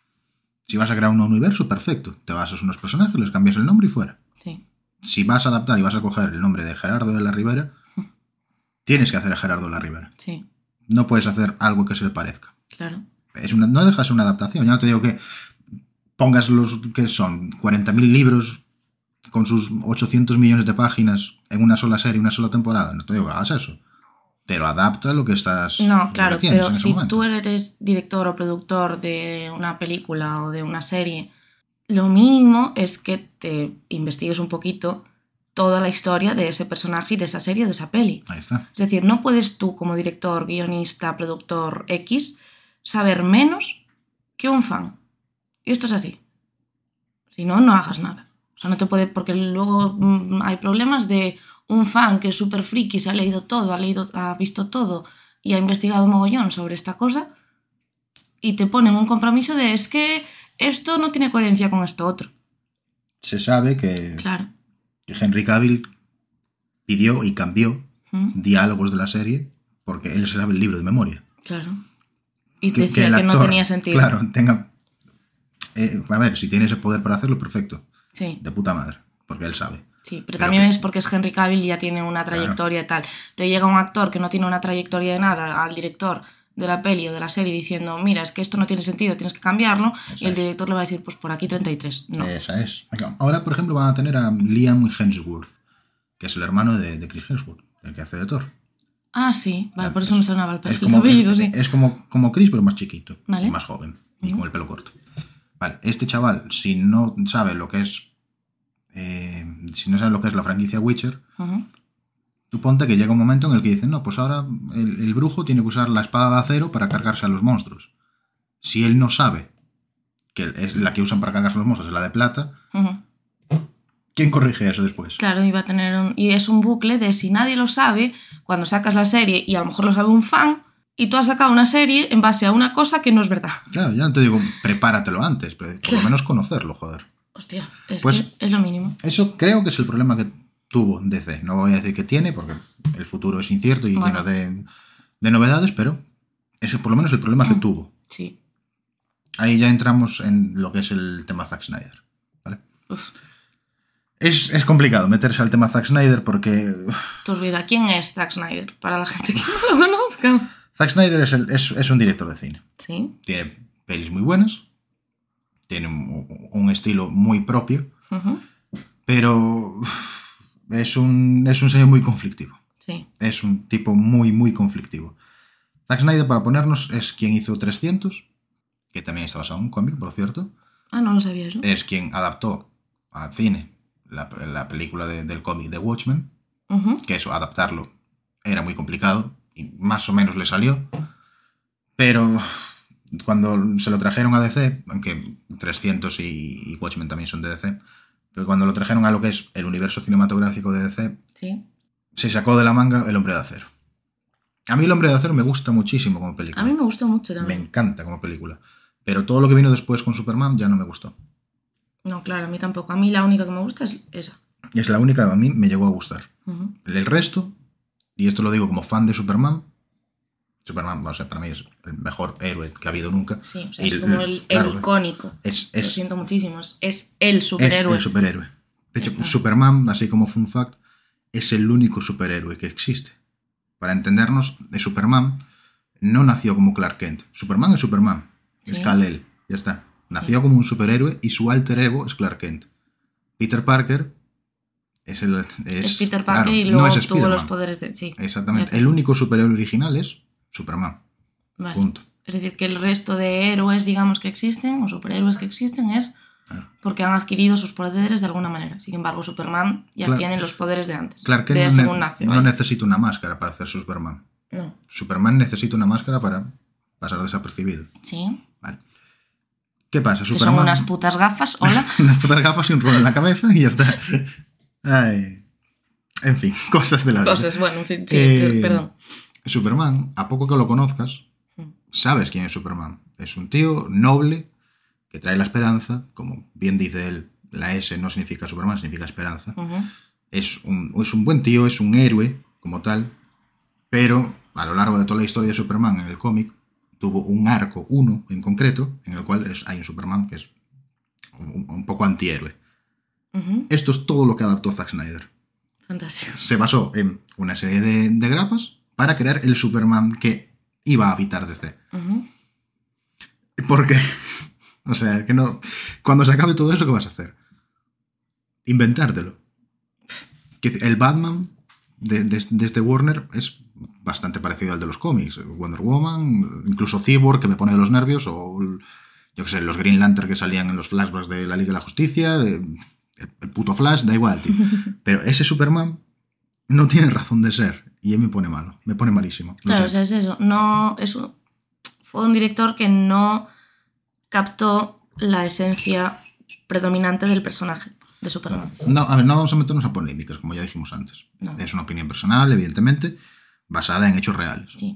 Si vas a crear un nuevo universo, perfecto. Te basas en unos personajes, les cambias el nombre y fuera. Sí. Si vas a adaptar y vas a coger el nombre de Gerardo de la Ribera, mm. tienes que hacer a Gerardo de la Ribera. Sí. No puedes hacer algo que se le parezca. Claro. Es una, no dejas una adaptación. Ya no te digo que pongas los que son cuarenta mil libros con sus ochocientos millones de páginas en una sola serie, una sola temporada. No te digo que hagas eso. Pero adapta lo que estás... No, claro, pero si momento. Tú eres director o productor de una película o de una serie, lo mínimo es que te investigues un poquito toda la historia de ese personaje y de esa serie, de esa peli. Ahí está. Es decir, no puedes tú como director, guionista, productor X saber menos que un fan. Y esto es así. Si no, no hagas nada. O sea, no te puede... Porque luego mmm, hay problemas de un fan que es súper friki, se ha leído todo, ha, leído, ha visto todo y ha investigado mogollón sobre esta cosa y te ponen un compromiso de es que esto no tiene coherencia con esto otro. Se sabe que, claro. que Henry Cavill pidió y cambió ¿Mm? diálogos de la serie porque él se sabe el libro de memoria. Claro. Y te que, decía que, que actor, no tenía sentido. Claro, tenga... Eh, a ver, si tiene ese poder para hacerlo, perfecto. Sí. De puta madre, porque él sabe. Sí, pero, pero también que... es porque es Henry Cavill y ya tiene una trayectoria claro. y tal. Te llega un actor que no tiene una trayectoria de nada al director de la peli o de la serie diciendo, mira, es que esto no tiene sentido, tienes que cambiarlo, esa y el es. director le va a decir, pues por aquí treinta y tres. No. Esa es. Ahora, por ejemplo, van a tener a Liam Hemsworth, que es el hermano de, de Chris Hemsworth, el que hace de Thor. Ah, sí, vale, vale por eso es, me sonaba el, es como, el apellido, sí. Es como, como Chris, pero más chiquito, ¿Vale? y más joven, y uh-huh. con el pelo corto. Vale, este chaval, si no sabe lo que es eh, si no sabe lo que es la franquicia Witcher, uh-huh. tú ponte que llega un momento en el que dicen, no, pues ahora el, el brujo tiene que usar la espada de acero para cargarse a los monstruos. Si él no sabe que es la que usan para cargarse a los monstruos es la de plata, uh-huh. ¿quién corrige eso después? Claro, y va a tener un, y es un bucle de si nadie lo sabe, cuando sacas la serie y a lo mejor lo sabe un fan, y tú has sacado una serie en base a una cosa que no es verdad. Claro, ya no te digo prepáratelo antes, pero por claro. lo menos conocerlo, joder. Hostia, es pues que es lo mínimo. Eso creo que es el problema que tuvo D C. No voy a decir que tiene, porque el futuro es incierto y bueno. lleno de, de novedades, pero ese por lo menos el problema mm. que tuvo. Sí. Ahí ya entramos en lo que es el tema Zack Snyder, ¿vale? Uf. Es, es complicado meterse al tema Zack Snyder porque... Te olvida, ¿quién es Zack Snyder? Para la gente que no lo conozca. Zack Snyder es, el, es, es un director de cine. Sí. Tiene pelis muy buenas, tiene un, un estilo muy propio, uh-huh. pero es un, es un señor muy conflictivo. Sí. Es un tipo muy, muy conflictivo. Zack Snyder, para ponernos, es quien hizo trescientos, que también está basado en un cómic, por cierto. Ah, no lo sabías, ¿no? Es quien adaptó al cine la, la película de, del cómic de Watchmen, uh-huh. que eso, adaptarlo era muy complicado y más o menos le salió, pero cuando se lo trajeron a D C, aunque trescientos y, y Watchmen también son de D C, pero cuando lo trajeron a lo que es el universo cinematográfico de D C, sí. se sacó de la manga El Hombre de Acero. A mí El Hombre de Acero me gusta muchísimo como película. A mí me gusta mucho también. Me encanta como película. Pero todo lo que vino después con Superman ya no me gustó. No, claro, a mí tampoco. A mí la única que me gusta es esa. Y es la única que a mí me llegó a gustar. Uh-huh. El resto, y esto lo digo como fan de Superman, Superman, o sea, para mí es el mejor héroe que ha habido nunca. Sí, o sea, es y, como el, claro, el icónico. Es, es, lo siento muchísimo. Es el superhéroe. Es el superhéroe. De hecho, Está. Superman, así como fun fact, es el único superhéroe que existe. Para entendernos, de Superman no nació como Clark Kent. Superman es Superman. ¿Sí? Es Kal-El. Ya está. Nació sí. como un superhéroe y su alter ego es Clark Kent. Peter Parker es el... Es, es Peter Parker, claro, y luego no tuvo los poderes de... Sí. Exactamente. El único superhéroe original es Superman. Vale. Punto. Es decir, que el resto de héroes, digamos, que existen, o superhéroes que existen, es claro. porque han adquirido sus poderes de alguna manera. Sin embargo, Superman ya claro. tiene los poderes de antes. Claro que de no, según ne- nace, no ¿vale? necesita una máscara para hacer Superman. No. Superman necesita una máscara para pasar desapercibido. Sí. Vale. ¿Qué pasa? Que Superman... son unas putas gafas, hola. unas putas gafas y un rolo en la cabeza y ya está. Ay. En fin, cosas de la vida. Cosas, bueno, en fin, sí, eh, perdón. Superman, a poco que lo conozcas, sabes quién es Superman. Es un tío noble que trae la esperanza, como bien dice él, la S no significa Superman, significa esperanza. Uh-huh. Es un, es un buen tío, es un héroe como tal, pero a lo largo de toda la historia de Superman en el cómic, tuvo un arco, uno en concreto, en el cual es, hay un Superman que es un, un poco antihéroe. Uh-huh. Esto es todo lo que adaptó Zack Snyder. Fantástico. Se basó en una serie de, de grapas para crear el Superman que iba a habitar D C. Uh-huh. Porque, o sea, que no... Cuando se acabe todo eso, ¿qué vas a hacer? Inventártelo. Que el Batman de, de, de este Warner es bastante parecido al de los cómics. Wonder Woman, incluso Cyborg, que me pone de los nervios, o yo qué sé, los Green Lantern que salían en los flashbacks de la Liga de la Justicia, el, el puto Flash, da igual, tío. Pero ese Superman no tiene razón de ser y a mí me pone malo, me pone malísimo. No claro, sé. o sea, es eso. No, es un, fue un director que no captó la esencia predominante del personaje de Superman. No, a ver, no vamos a meternos a polémicas, como ya dijimos antes. No. Es una opinión personal, evidentemente, basada en hechos reales. Sí.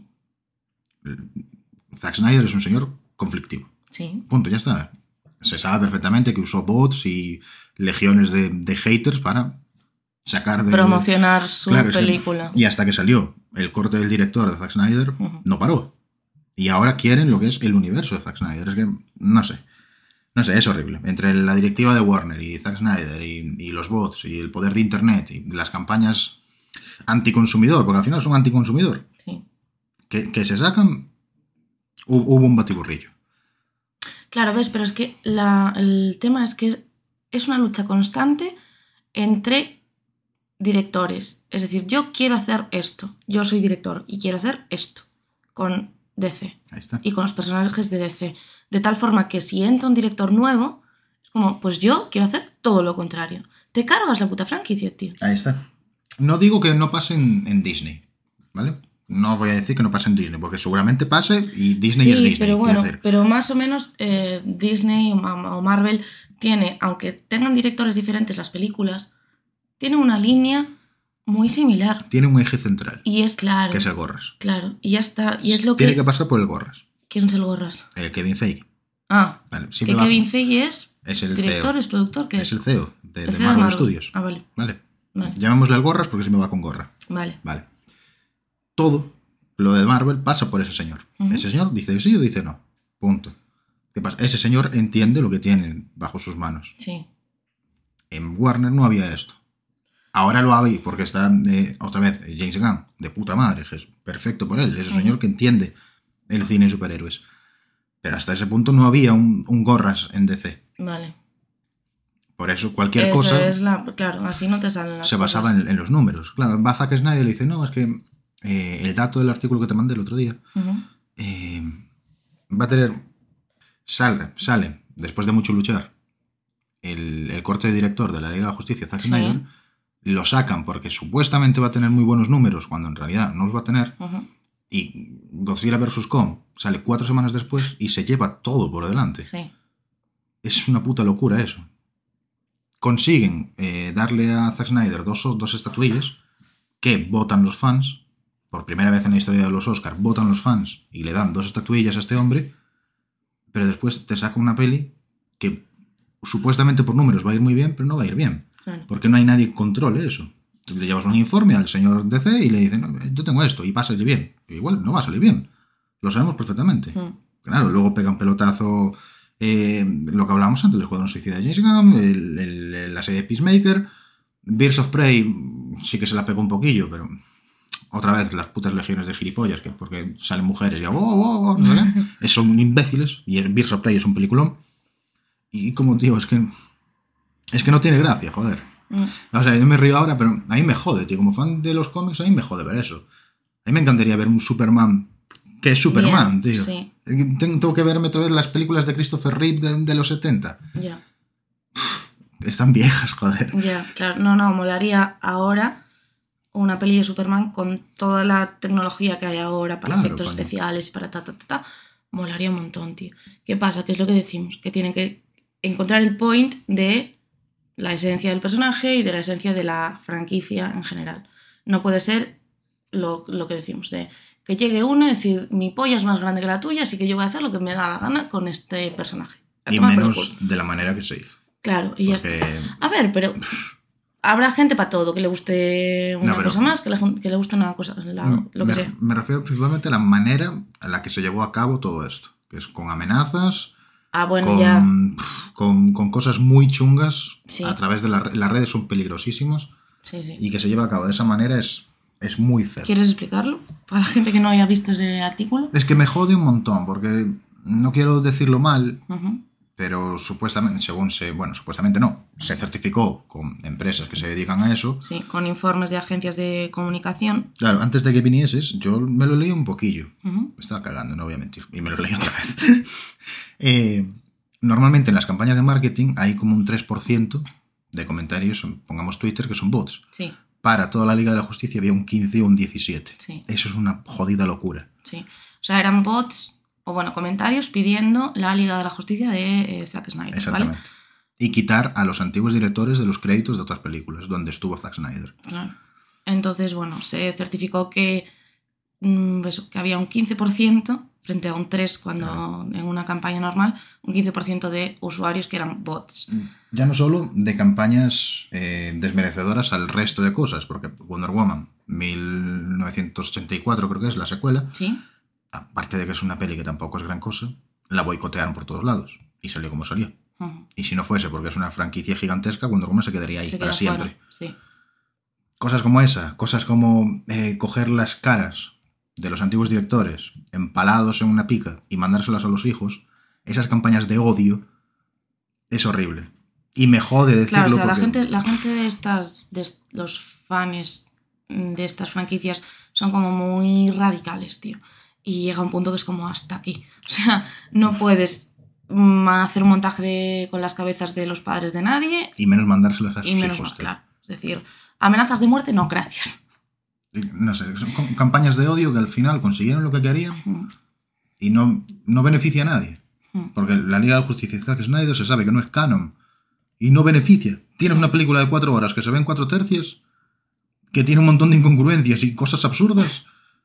Zack Snyder es un señor conflictivo. Sí. Punto, ya está. Se sabe perfectamente que usó bots y legiones de, de haters para sacar de... promocionar su claro, película. Que, y hasta que salió el corte del director de Zack Snyder, uh-huh. no paró. Y ahora quieren lo que es el universo de Zack Snyder. Es que, no sé. No sé, es horrible. Entre la directiva de Warner y Zack Snyder y, y los bots y el poder de Internet y las campañas anticonsumidor, porque al final son anticonsumidor, sí. que, que se sacan, hubo un batiburrillo. Claro, ves, pero es que la, el tema es que es, es una lucha constante entre directores. Es decir, yo quiero hacer esto, yo soy director y quiero hacer esto con D C. Ahí está. Y con los personajes de D C. De tal forma que si entra un director nuevo, es como, pues yo quiero hacer todo lo contrario. Te cargas la puta franquicia, tío. Ahí está. No digo que no pase en, en Disney, ¿vale? No voy a decir que no pase en Disney, porque seguramente pase y Disney sí, es Disney. Pero bueno, pero más o menos eh, Disney o Marvel tiene, aunque tengan directores diferentes las películas, tiene una línea muy similar. Tiene un eje central. Y es claro. Que es el Gorras. Claro, y ya está. Y es lo tiene que... que pasar por el Gorras. ¿Quién es el Gorras? El Kevin Feige. Ah, vale, que va... Kevin Feige es, es el director, C E O. es productor, ¿qué es? Es el C E O de, el de C E O Marvel, de Marvel Studios. Ah, vale. Vale. vale. Llamémosle al Gorras porque se me va con gorra. Vale. Vale. Todo lo de Marvel pasa por ese señor. Uh-huh. Ese señor dice sí o dice no. Punto. ¿Qué pasa? Ese señor entiende lo que tiene bajo sus manos. Sí. En Warner no había esto. Ahora lo hay porque está, eh, otra vez, James Gunn, de puta madre, que es perfecto por él. Es un uh-huh. señor que entiende el cine de superhéroes. Pero hasta ese punto no había un, un Gorras en D C. Vale. Por eso cualquier eso cosa... Es la, claro, así no te salen las se cosas. basaba en, en los números. Claro, va Zack Snyder y le dice, no, es que eh, el dato del artículo que te mandé el otro día uh-huh. eh, va a tener... Sale, sale, después de mucho luchar, el, el corte de director de la Liga de la Justicia, Zack Snyder, sí. lo sacan porque supuestamente va a tener muy buenos números cuando en realidad no los va a tener. Uh-huh. Y Godzilla versus. Kong sale cuatro semanas después y se lleva todo por delante. Sí. Es una puta locura eso. Consiguen eh, darle a Zack Snyder dos, dos estatuillas que votan los fans. Por primera vez en la historia de los Oscars, votan los fans y le dan dos estatuillas a este hombre. Pero después te saca una peli que supuestamente por números va a ir muy bien, pero no va a ir bien. Claro. Porque no hay nadie que controle eso. Tú le llevas un informe al señor D C y le dicen, no, yo tengo esto y va a salir bien. Igual no va a salir bien. Lo sabemos perfectamente. Mm. Claro, luego pega un pelotazo eh, lo que hablábamos antes, el Escuadrón Suicida de James Gunn, el, el, el, la serie de Peacemaker, Birds of Prey sí que se la pegó un poquillo, pero otra vez las putas legiones de gilipollas, que porque salen mujeres y oh, oh, oh, ¿no? son imbéciles, y el Birds of Prey es un peliculón. Y como, tío, es que es que no tiene gracia, joder. Mm. O sea, yo me río ahora, pero a mí me jode, tío. Como fan de los cómics, a mí me jode ver eso. A mí me encantaría ver un Superman que es Superman, Bien, tío. Sí. Tengo que verme otra vez las películas de Christopher Reeve de, de los setenta. Ya. Yeah. Están viejas, joder. Ya, yeah, claro. No, no, molaría ahora una peli de Superman con toda la tecnología que hay ahora para claro, efectos coño. especiales y para ta, ta, ta, ta. Molaría un montón, tío. ¿Qué pasa? ¿Qué es lo que decimos? Que tienen que encontrar el point de la esencia del personaje y de la esencia de la franquicia en general. No puede ser lo, lo que decimos, de que llegue uno y decir, mi polla es más grande que la tuya, así que yo voy a hacer lo que me da la gana con este personaje. A y menos de la manera que se hizo. Claro, y Porque... ya está. A ver, pero habrá gente para todo, que le guste una no, cosa más, que le, que le guste una cosa, la, no, lo que me, sea. Me refiero principalmente a la manera en la que se llevó a cabo todo esto, que es con amenazas, ah, bueno, con, ya. Con, con cosas muy chungas, sí. a través de la, las redes son peligrosísimas, sí, sí. y que se lleva a cabo de esa manera es, es muy feo. ¿Quieres explicarlo? Para la gente que no haya visto ese artículo. Es que me jode un montón, porque no quiero decirlo mal, uh-huh. pero supuestamente, según se, bueno, supuestamente no, se certificó con empresas que se dedican a eso. Sí, con informes de agencias de comunicación. Claro, antes de que vinieses, yo me lo leí un poquillo. Uh-huh. Me estaba cagando, no voy a mentir, y me lo leí otra vez. eh, normalmente en las campañas de marketing hay como un tres por ciento de comentarios, pongamos Twitter, que son bots. Sí. Para toda la Liga de la Justicia había un quince o un diecisiete. Sí. Eso es una jodida locura. Sí. O sea, eran bots... o bueno, comentarios pidiendo la Liga de la Justicia de eh, Zack Snyder. Exactamente. ¿Vale? Y quitar a los antiguos directores de los créditos de otras películas, donde estuvo Zack Snyder. Claro. Entonces, bueno, se certificó que, mmm, eso, que había un quince por ciento frente a un tres por ciento cuando claro. en una campaña normal, un quince por ciento de usuarios que eran bots. Ya no solo de campañas eh, desmerecedoras al resto de cosas, porque Wonder Woman mil novecientos ochenta y cuatro creo que es la secuela. Sí. Aparte de que es una peli que tampoco es gran cosa, la boicotearon por todos lados. Y salió como salió. Uh-huh. Y si no fuese porque es una franquicia gigantesca, Wonder Woman se quedaría ahí se para siempre. Sí. Cosas como esa, cosas como eh, coger las caras de los antiguos directores empalados en una pica y mandárselas a los hijos, esas campañas de odio, es horrible. Y me jode decirlo. Claro, o sea, porque... la gente, la gente de estas, de los fans de estas franquicias son como muy radicales, tío. Y llega un punto que es como hasta aquí. O sea, no puedes hacer un montaje de, con las cabezas de los padres de nadie. Y menos mandárselas a sus y menos hijos. Más, claro. Es decir, amenazas de muerte, no, gracias. No sé, son campañas de odio que al final consiguieron lo que querían uh-huh. y no, no beneficia a nadie. Uh-huh. Porque la Liga de la Justicia de Zack Snyder se sabe que no es canon y no beneficia. Tienes una película de cuatro horas que se ve en cuatro tercios, que tiene un montón de incongruencias y cosas absurdas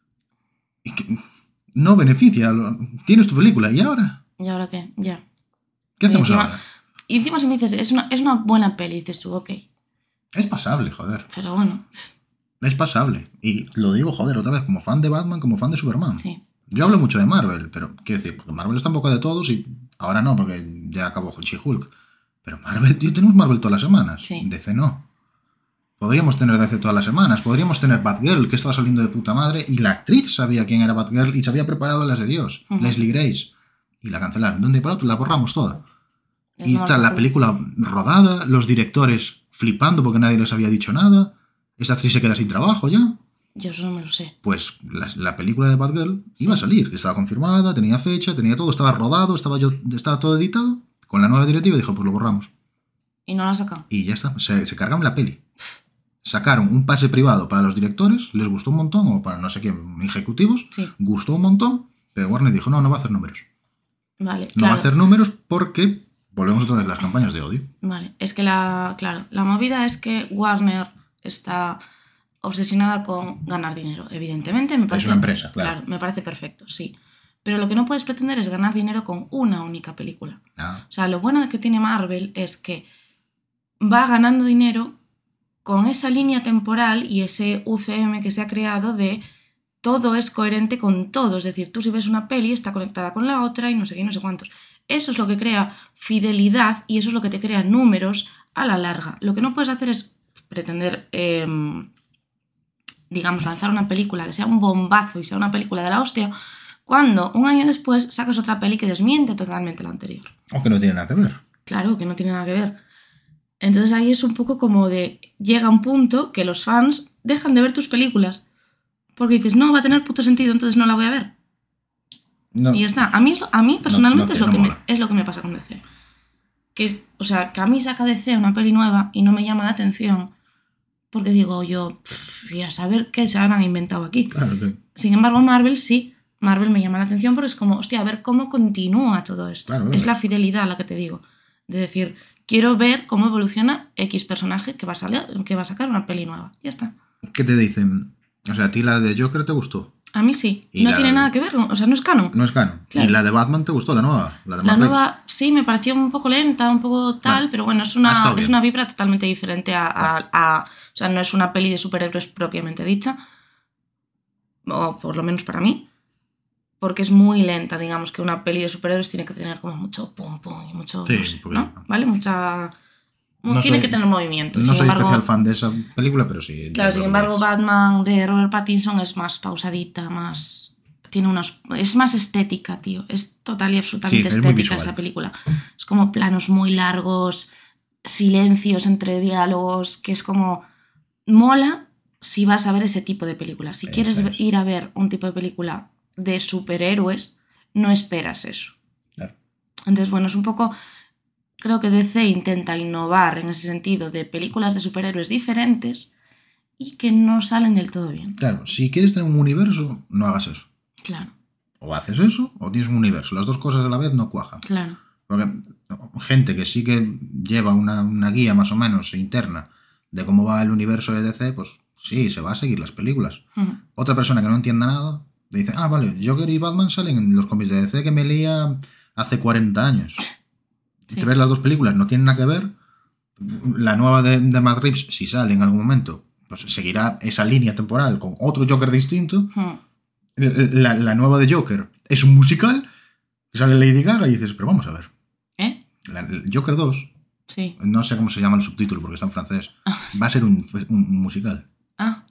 y que... no beneficia. Tienes tu película. ¿Y ahora? ¿Y ahora qué? Ya. ¿Qué hacemos y encima, ahora? Y encima si me dices, es una, es una buena peli, dices tú, ok. Es pasable, joder. Pero bueno. Es pasable. Y lo digo, joder, otra vez, como fan de Batman, como fan de Superman. Sí. Yo hablo mucho de Marvel, pero quiero decir, porque Marvel está en boca de todos y ahora no, porque ya acabó She-Hulk. Pero Marvel, tío, tenemos Marvel todas las semanas. Sí. D C no. Podríamos tener D C todas las semanas. Podríamos tener Batgirl, que estaba saliendo de puta madre, y la actriz sabía quién era Batgirl y se había preparado las de Dios. Uh-huh. Leslie Grace. Y la cancelaron. De un día para otro la borramos toda. Es y está la película rodada, los directores flipando porque nadie les había dicho nada. Esta actriz se queda sin trabajo ya. Yo eso no me lo sé. Pues la, la película de Batgirl sí. iba a salir. Estaba confirmada, tenía fecha, tenía todo, estaba rodado, estaba, yo, estaba todo editado. Con la nueva directiva dijo, pues lo borramos. Y no la sacan. Y ya está. Se, se cargaron la peli. Sacaron un pase privado para los directores, les gustó un montón, o para no sé qué, ejecutivos, sí. gustó un montón, pero Warner dijo, no, no va a hacer números. Vale, No claro. va a hacer números porque volvemos otra vez a las campañas de odio. Vale, es que la, claro, la movida es que Warner está obsesionada con ganar dinero, evidentemente. Me parece, es una empresa, claro. Claro, me parece perfecto, sí. Pero lo que no puedes pretender es ganar dinero con una única película. Ah. O sea, lo bueno de que tiene Marvel es que va ganando dinero con esa línea temporal y ese U C M que se ha creado de todo es coherente con todo. Es decir, tú si ves una peli está conectada con la otra y no sé qué y no sé cuántos. Eso es lo que crea fidelidad y eso es lo que te crea números a la larga. Lo que no puedes hacer es pretender, eh, digamos, lanzar una película que sea un bombazo y sea una película de la hostia cuando un año después sacas otra peli que desmiente totalmente la anterior. O que no tiene nada que ver. Claro, que no tiene nada que ver. Entonces ahí es un poco como de... Llega un punto que los fans dejan de ver tus películas. Porque dices, no, va a tener puto sentido, entonces no la voy a ver. No, y ya está. A mí, a mí personalmente no, no, es, lo no que me, es lo que me pasa con D C. Que es, o sea, que a mí saca D C una peli nueva y no me llama la atención porque digo yo, pff, y a saber qué se han inventado aquí. Claro que... Sin embargo, Marvel sí. Marvel me llama la atención porque es como, hostia, a ver cómo continúa todo esto. Claro, claro. Es la fidelidad la que te digo. De decir, quiero ver cómo evoluciona X personaje que va a, salir, que va a sacar una peli nueva. Ya está. ¿Qué te dicen? O sea, ¿a ti la de Joker te gustó? A mí sí. No tiene de... nada que ver. O sea, no es canon. No es canon. Claro. ¿Y la de Batman te gustó, la nueva? La, de la nueva, sí, me pareció un poco lenta, un poco tal, vale. Pero bueno, es una, es una vibra totalmente diferente a, a, a... O sea, no es una peli de superhéroes propiamente dicha. O por lo menos para mí. Porque es muy lenta, digamos, que una peli de superhéroes tiene que tener como mucho pum pum y mucho... Sí, no sé, ¿no? ¿Vale? Mucha... No tiene soy, que tener movimiento. No sin soy embargo, especial fan de esa película, pero sí. Claro, sin embargo, Batman de Robert Pattinson es más pausadita, más... Tiene unos... Es más estética, tío. Es total y absolutamente sí, estética esa película. Es como planos muy largos, silencios entre diálogos, que es como... Mola si vas a ver ese tipo de películas. Si eso quieres es. ir a ver un tipo de película de superhéroes, no esperas eso. Claro. Entonces, bueno, es un poco... Creo que D C intenta innovar en ese sentido de películas de superhéroes diferentes y que no salen del todo bien. Claro, si quieres tener un universo, no hagas eso. Claro. O haces eso o tienes un universo. Las dos cosas a la vez no cuajan. Claro. Porque gente que sí que lleva una, una guía más o menos interna de cómo va el universo de D C, pues sí, se va a seguir las películas. Uh-huh. Otra persona que no entienda nada dice, ah, vale, Joker y Batman salen en los cómics de D C que me leía hace cuarenta años. Sí. Te ves las dos películas, no tienen nada que ver. La nueva de, de Matt Reeves, si sale en algún momento, pues seguirá esa línea temporal con otro Joker distinto. Hmm. La, la nueva de Joker es un musical, sale Lady Gaga y dices, pero vamos a ver. ¿Eh? La, Joker dos, sí. No sé cómo se llama el subtítulo porque está en francés, ah. va a ser un, un musical. Ah,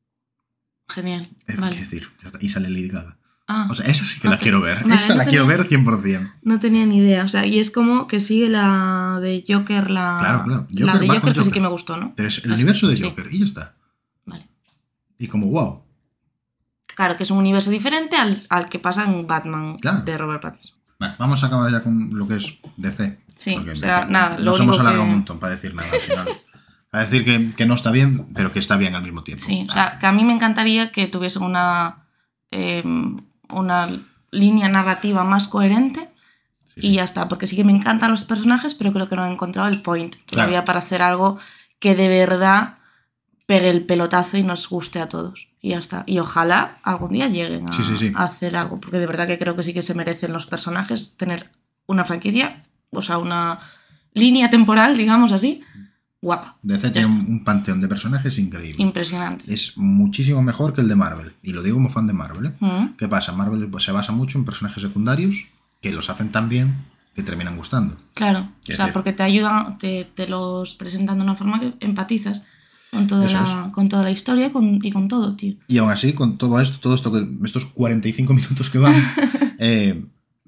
genial. Es vale. decir, y sale Lady Gaga. Ah, o sea, esa sí que okay. la quiero ver. Vale, esa no la tenía, quiero ver cien por ciento. No tenía ni idea. O sea, y es como que sigue la de Joker, la, claro, claro. Joker la de Joker, Joker que sí que me gustó, ¿no? Pero es el Así, universo de Joker sí. Y ya está. Vale. Y como, wow. Claro, que es un universo diferente al, al que pasa en Batman claro. de Robert Pattinson. Bueno, vamos a acabar ya con lo que es D C. Sí, o sea, nada. Nos hemos alargado que... un montón para decir nada al final. A decir que, que no está bien, pero que está bien al mismo tiempo. Sí, o sea, que a mí me encantaría que tuviese una... Eh, una línea narrativa más coherente sí, sí. Y ya está, porque sí que me encantan los personajes, pero creo que no he encontrado el point todavía claro. Para hacer algo que de verdad pegue el pelotazo y nos guste a todos. Y ya está. Y ojalá algún día lleguen a, sí, sí, sí. a hacer algo, porque de verdad que creo que sí que se merecen los personajes tener una franquicia, o sea, una línea temporal, digamos así, guapa. D C tiene está. un panteón de personajes increíble. Impresionante. Es muchísimo mejor que el de Marvel. Y lo digo como fan de Marvel. ¿eh? ¿Mm? ¿Qué pasa? Marvel pues, se basa mucho en personajes secundarios que los hacen tan bien que terminan gustando. Claro. O sea, decir? Porque te ayudan, te, te los presentan de una forma que empatizas con toda, la, con toda la historia y con, y con todo, tío. Y aún así, con todo esto, todo esto que estos cuarenta y cinco minutos que van, eh,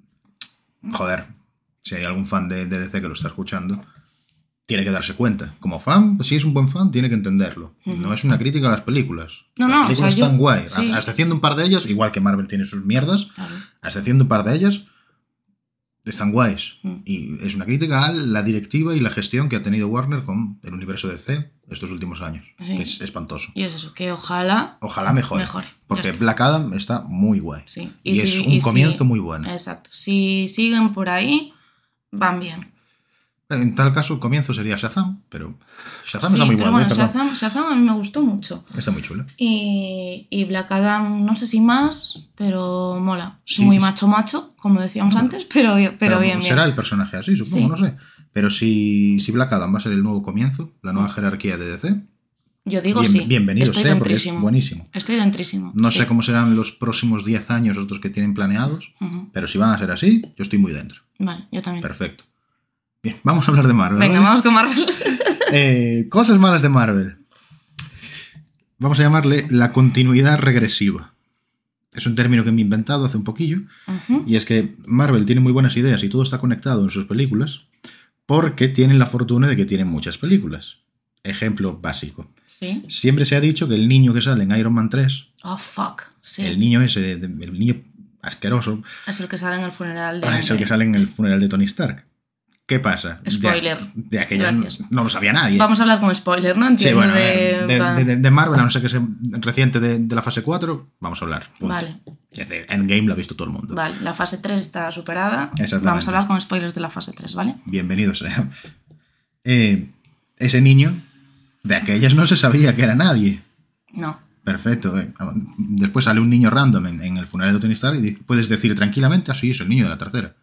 joder, si hay algún fan de, de D C que lo está escuchando, tiene que darse cuenta. Como fan, si es un buen fan, tiene que entenderlo. Uh-huh. No es una crítica a las películas. No, las no, películas o sea, están yo... guay. Sí. A excepción de un par de ellas, igual que Marvel tiene sus mierdas, claro. A excepción de un par de ellas, están guays. Uh-huh. Y es una crítica a la directiva y la gestión que ha tenido Warner con el universo D C estos últimos años. Sí. Que es espantoso. Y es eso, que ojalá... Ojalá mejore. mejore. Porque Black Adam está muy guay. Sí. Y, y es si, un y comienzo si, muy bueno. Exacto. Si siguen por ahí, van bien. En tal caso, el comienzo sería Shazam, pero Shazam sí, está muy pero bueno. Bueno, Shazam, Shazam a mí me gustó mucho. Está muy chulo. Y, y Black Adam, no sé si más, pero mola. Es sí, muy sí. macho macho, como decíamos bueno, antes, pero, pero, pero bien, será bien. el personaje así, supongo, sí. No sé. Pero si, si Black Adam va a ser el nuevo comienzo, la nueva jerarquía de D C... Yo digo bien, sí. Bienvenido Estoy sea, dentrísimo. Porque es buenísimo. Estoy dentrísimo. No sí. sé cómo serán los próximos diez años otros que tienen planeados, uh-huh. Pero si van a ser así, yo estoy muy dentro. Vale, yo también. Perfecto. Bien, vamos a hablar de Marvel. Venga, ¿vale? vamos con Marvel. eh, cosas malas de Marvel. Vamos a llamarle la continuidad regresiva. Es un término que me he inventado hace un poquillo. Uh-huh. Y es que Marvel tiene muy buenas ideas y todo está conectado en sus películas porque tienen la fortuna de que tienen muchas películas. Ejemplo básico. ¿Sí? Siempre se ha dicho que el niño que sale en Iron Man tres... Oh, fuck. Sí. El niño ese, el niño asqueroso. Es el que sale en el funeral de... Ah, es el que sale en el funeral de Tony Stark. ¿Qué pasa? Spoiler. De, de aquellas no, no lo sabía nadie. Vamos a hablar con spoiler, ¿no? Entiendo sí, bueno, de... De, de, de Marvel, a no ser que sea reciente de, de la fase cuatro, vamos a hablar. Punto. Vale. Es decir, Endgame lo ha visto todo el mundo. Vale, la fase tres está superada. Exactamente. Vamos a hablar con spoilers de la fase tres, ¿vale? Bienvenido sea. Eh, ese niño, de aquellas no se sabía que era nadie. No. Perfecto. Eh. Después sale un niño random en, en el funeral de Tony Stark y puedes decir tranquilamente, ah, sí, es el niño de la tercera.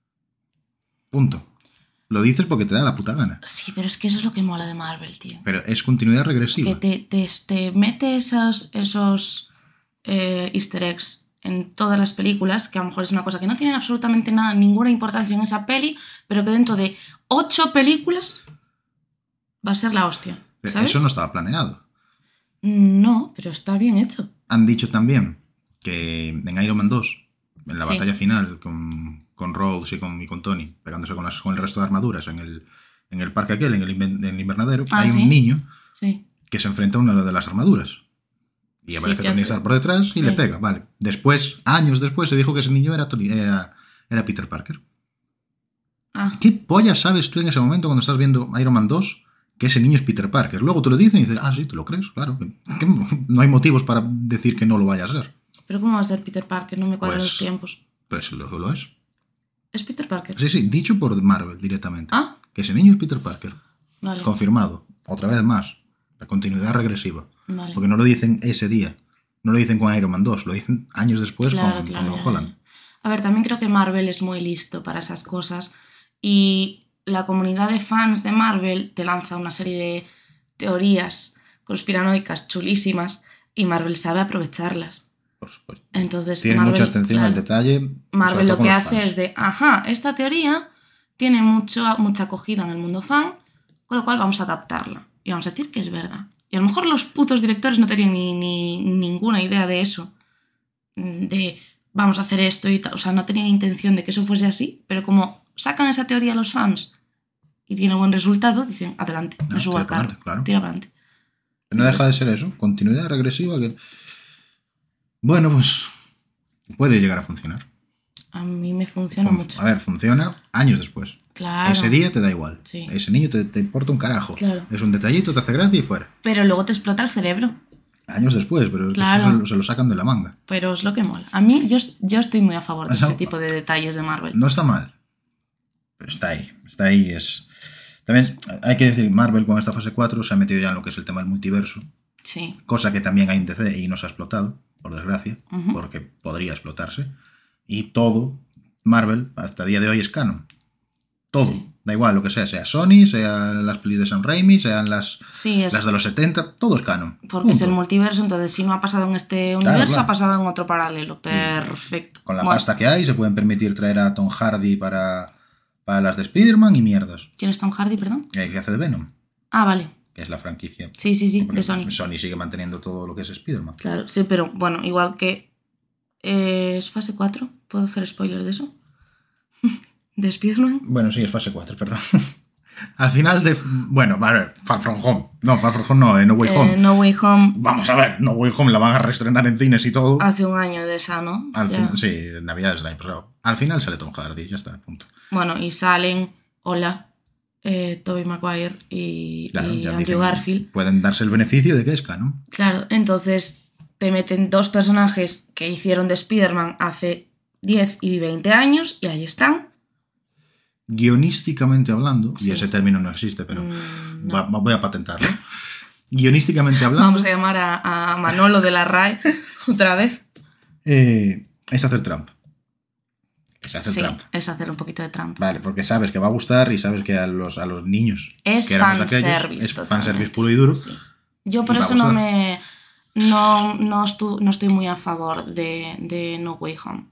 Punto. Lo dices porque te da la puta gana. Sí, pero es que eso es lo que mola de Marvel, tío. Pero es continuidad regresiva. Que te, te, te mete esos, esos eh, easter eggs en todas las películas, que a lo mejor es una cosa que no tiene absolutamente nada, ninguna importancia en esa peli, pero que dentro de ocho películas va a ser la hostia, ¿sabes? Eso no estaba planeado. No, pero está bien hecho. Han dicho también que en Iron Man dos, en la Sí. batalla final con, con Rhodes y con, y con Tony, pegándose con, las, con el resto de armaduras en el, en el parque aquel, en el, inven- en el invernadero, Ah, hay ¿sí? un niño Sí. que se enfrenta a una de las armaduras. Y Sí, aparece que Tony hace- Stark por detrás y Sí. le pega. Vale. Después, años después, se dijo que ese niño era, Tony- era, era Peter Parker. Ah, ¿Qué polla sabes tú en ese momento cuando estás viendo Iron Man dos que ese niño es Peter Parker? Luego te lo dicen y dices, ah, sí, te lo crees, claro. Que, que no hay motivos para decir que no lo vaya a ser. pero ¿cómo va a ser Peter Parker? No me cuadran Pues- los tiempos. Pues lo, lo es. ¿Es Peter Parker? Sí, sí, dicho por Marvel directamente. Ah, Que ese niño es Peter Parker. vale. Confirmado. Otra vez más. La continuidad regresiva. Vale. Porque no lo dicen ese día. No lo dicen con Iron Man dos. Lo dicen años después Claro, con, claro, con ya, Holland. ya. A ver, también creo que Marvel es muy listo para esas cosas y la comunidad de fans de Marvel te lanza una serie de teorías conspiranoicas chulísimas y Marvel sabe aprovecharlas. Por supuesto. Entonces, Tiene Marvel, mucha atención claro, al detalle. Marvel sobre todo lo con que los hace fans. es de, ajá, esta teoría tiene mucho, mucha acogida en el mundo fan, con lo cual vamos a adaptarla y vamos a decir que es verdad. Y a lo mejor los putos directores no tenían ni, ni ninguna idea de eso, de vamos a hacer esto y tal, o sea, no tenían intención de que eso fuese así, pero como sacan esa teoría a los fans y tiene buen resultado, dicen, adelante, No, me subo tira al carro, pa'lante, claro. tira para adelante. No deja de ser eso. Continuidad regresiva que... Bueno, pues... Puede llegar a funcionar. A mí me funciona Fun- mucho. A ver, funciona años después. Claro. Ese día te da igual. Sí. Ese niño te, te importa un carajo. Claro. Es un detallito, te hace gracia y fuera. Pero luego te explota el cerebro. Años después, pero Claro. eso se, lo- se lo sacan de la manga. Pero es lo que mola. A mí, yo, yo estoy muy a favor de Esa- ese tipo de detalles de Marvel. No está mal. Pero está ahí. Está ahí. Es... También hay que decir, Marvel con esta fase cuatro se ha metido ya en lo que es el tema del multiverso. Sí. Cosa que también hay en D C y no se ha explotado, por desgracia, Ujú. porque podría explotarse. Y todo, Marvel, hasta el día de hoy es canon. Todo. Sí. Da igual lo que sea, sea Sony, sean las pelis de Sam Raimi, sean las, Sí, es las de los setenta, todo es canon. porque es Punto. el multiverso, entonces si no ha pasado en este universo, claro. ha pasado en otro paralelo. Perfecto. Con la Bueno, pasta que hay, se pueden permitir traer a Tom Hardy para, para las de Spider-Man y mierdas. ¿Quién es Tom Hardy, perdón? Eh, que hace de Venom, Ah, vale. que es la franquicia. Sí, sí, sí, Porque de Sony. Sony sigue manteniendo todo lo que es Spider-Man. Claro, sí, pero bueno, igual que eh, es fase cuatro. ¿Puedo hacer spoiler de eso? ¿De Spider-Man? Bueno, sí, es fase cuatro, perdón. Al final de... Bueno, a ver, Far From Home. No, Far From Home no, eh, No Way Home. Eh, no Way Home Vamos a ver, No Way Home la van a reestrenar en cines y todo. hace un año de esa, ¿no? Al Ya. fin, sí, en Navidades del año pasado. Al final sale Tom Hardy, ya está, punto. Bueno, y salen, hola, eh, Tobey Maguire y, Claro, y ya Andrew dicen, Garfield. pueden darse el beneficio de que es canon. Claro, entonces te meten dos personajes que hicieron de Spider-Man hace diez y veinte años y ahí están. Guionísticamente hablando, Sí. y ese término no existe, pero Mm, no. va- va- voy a patentarlo. Guionísticamente hablando, Vamos a llamar a, a Manolo de la R A E otra vez. eh, es hacer trampa. Es hacer Sí, trampa. es hacer un poquito de trampa. Vale, porque sabes que va a gustar y sabes que a los, a los niños Es que éramos aquellos, fanservice es totalmente. fanservice puro y duro. Sí. Yo por Y va a eso no gustar. me no, no, estu- no estoy muy a favor de, de No Way Home.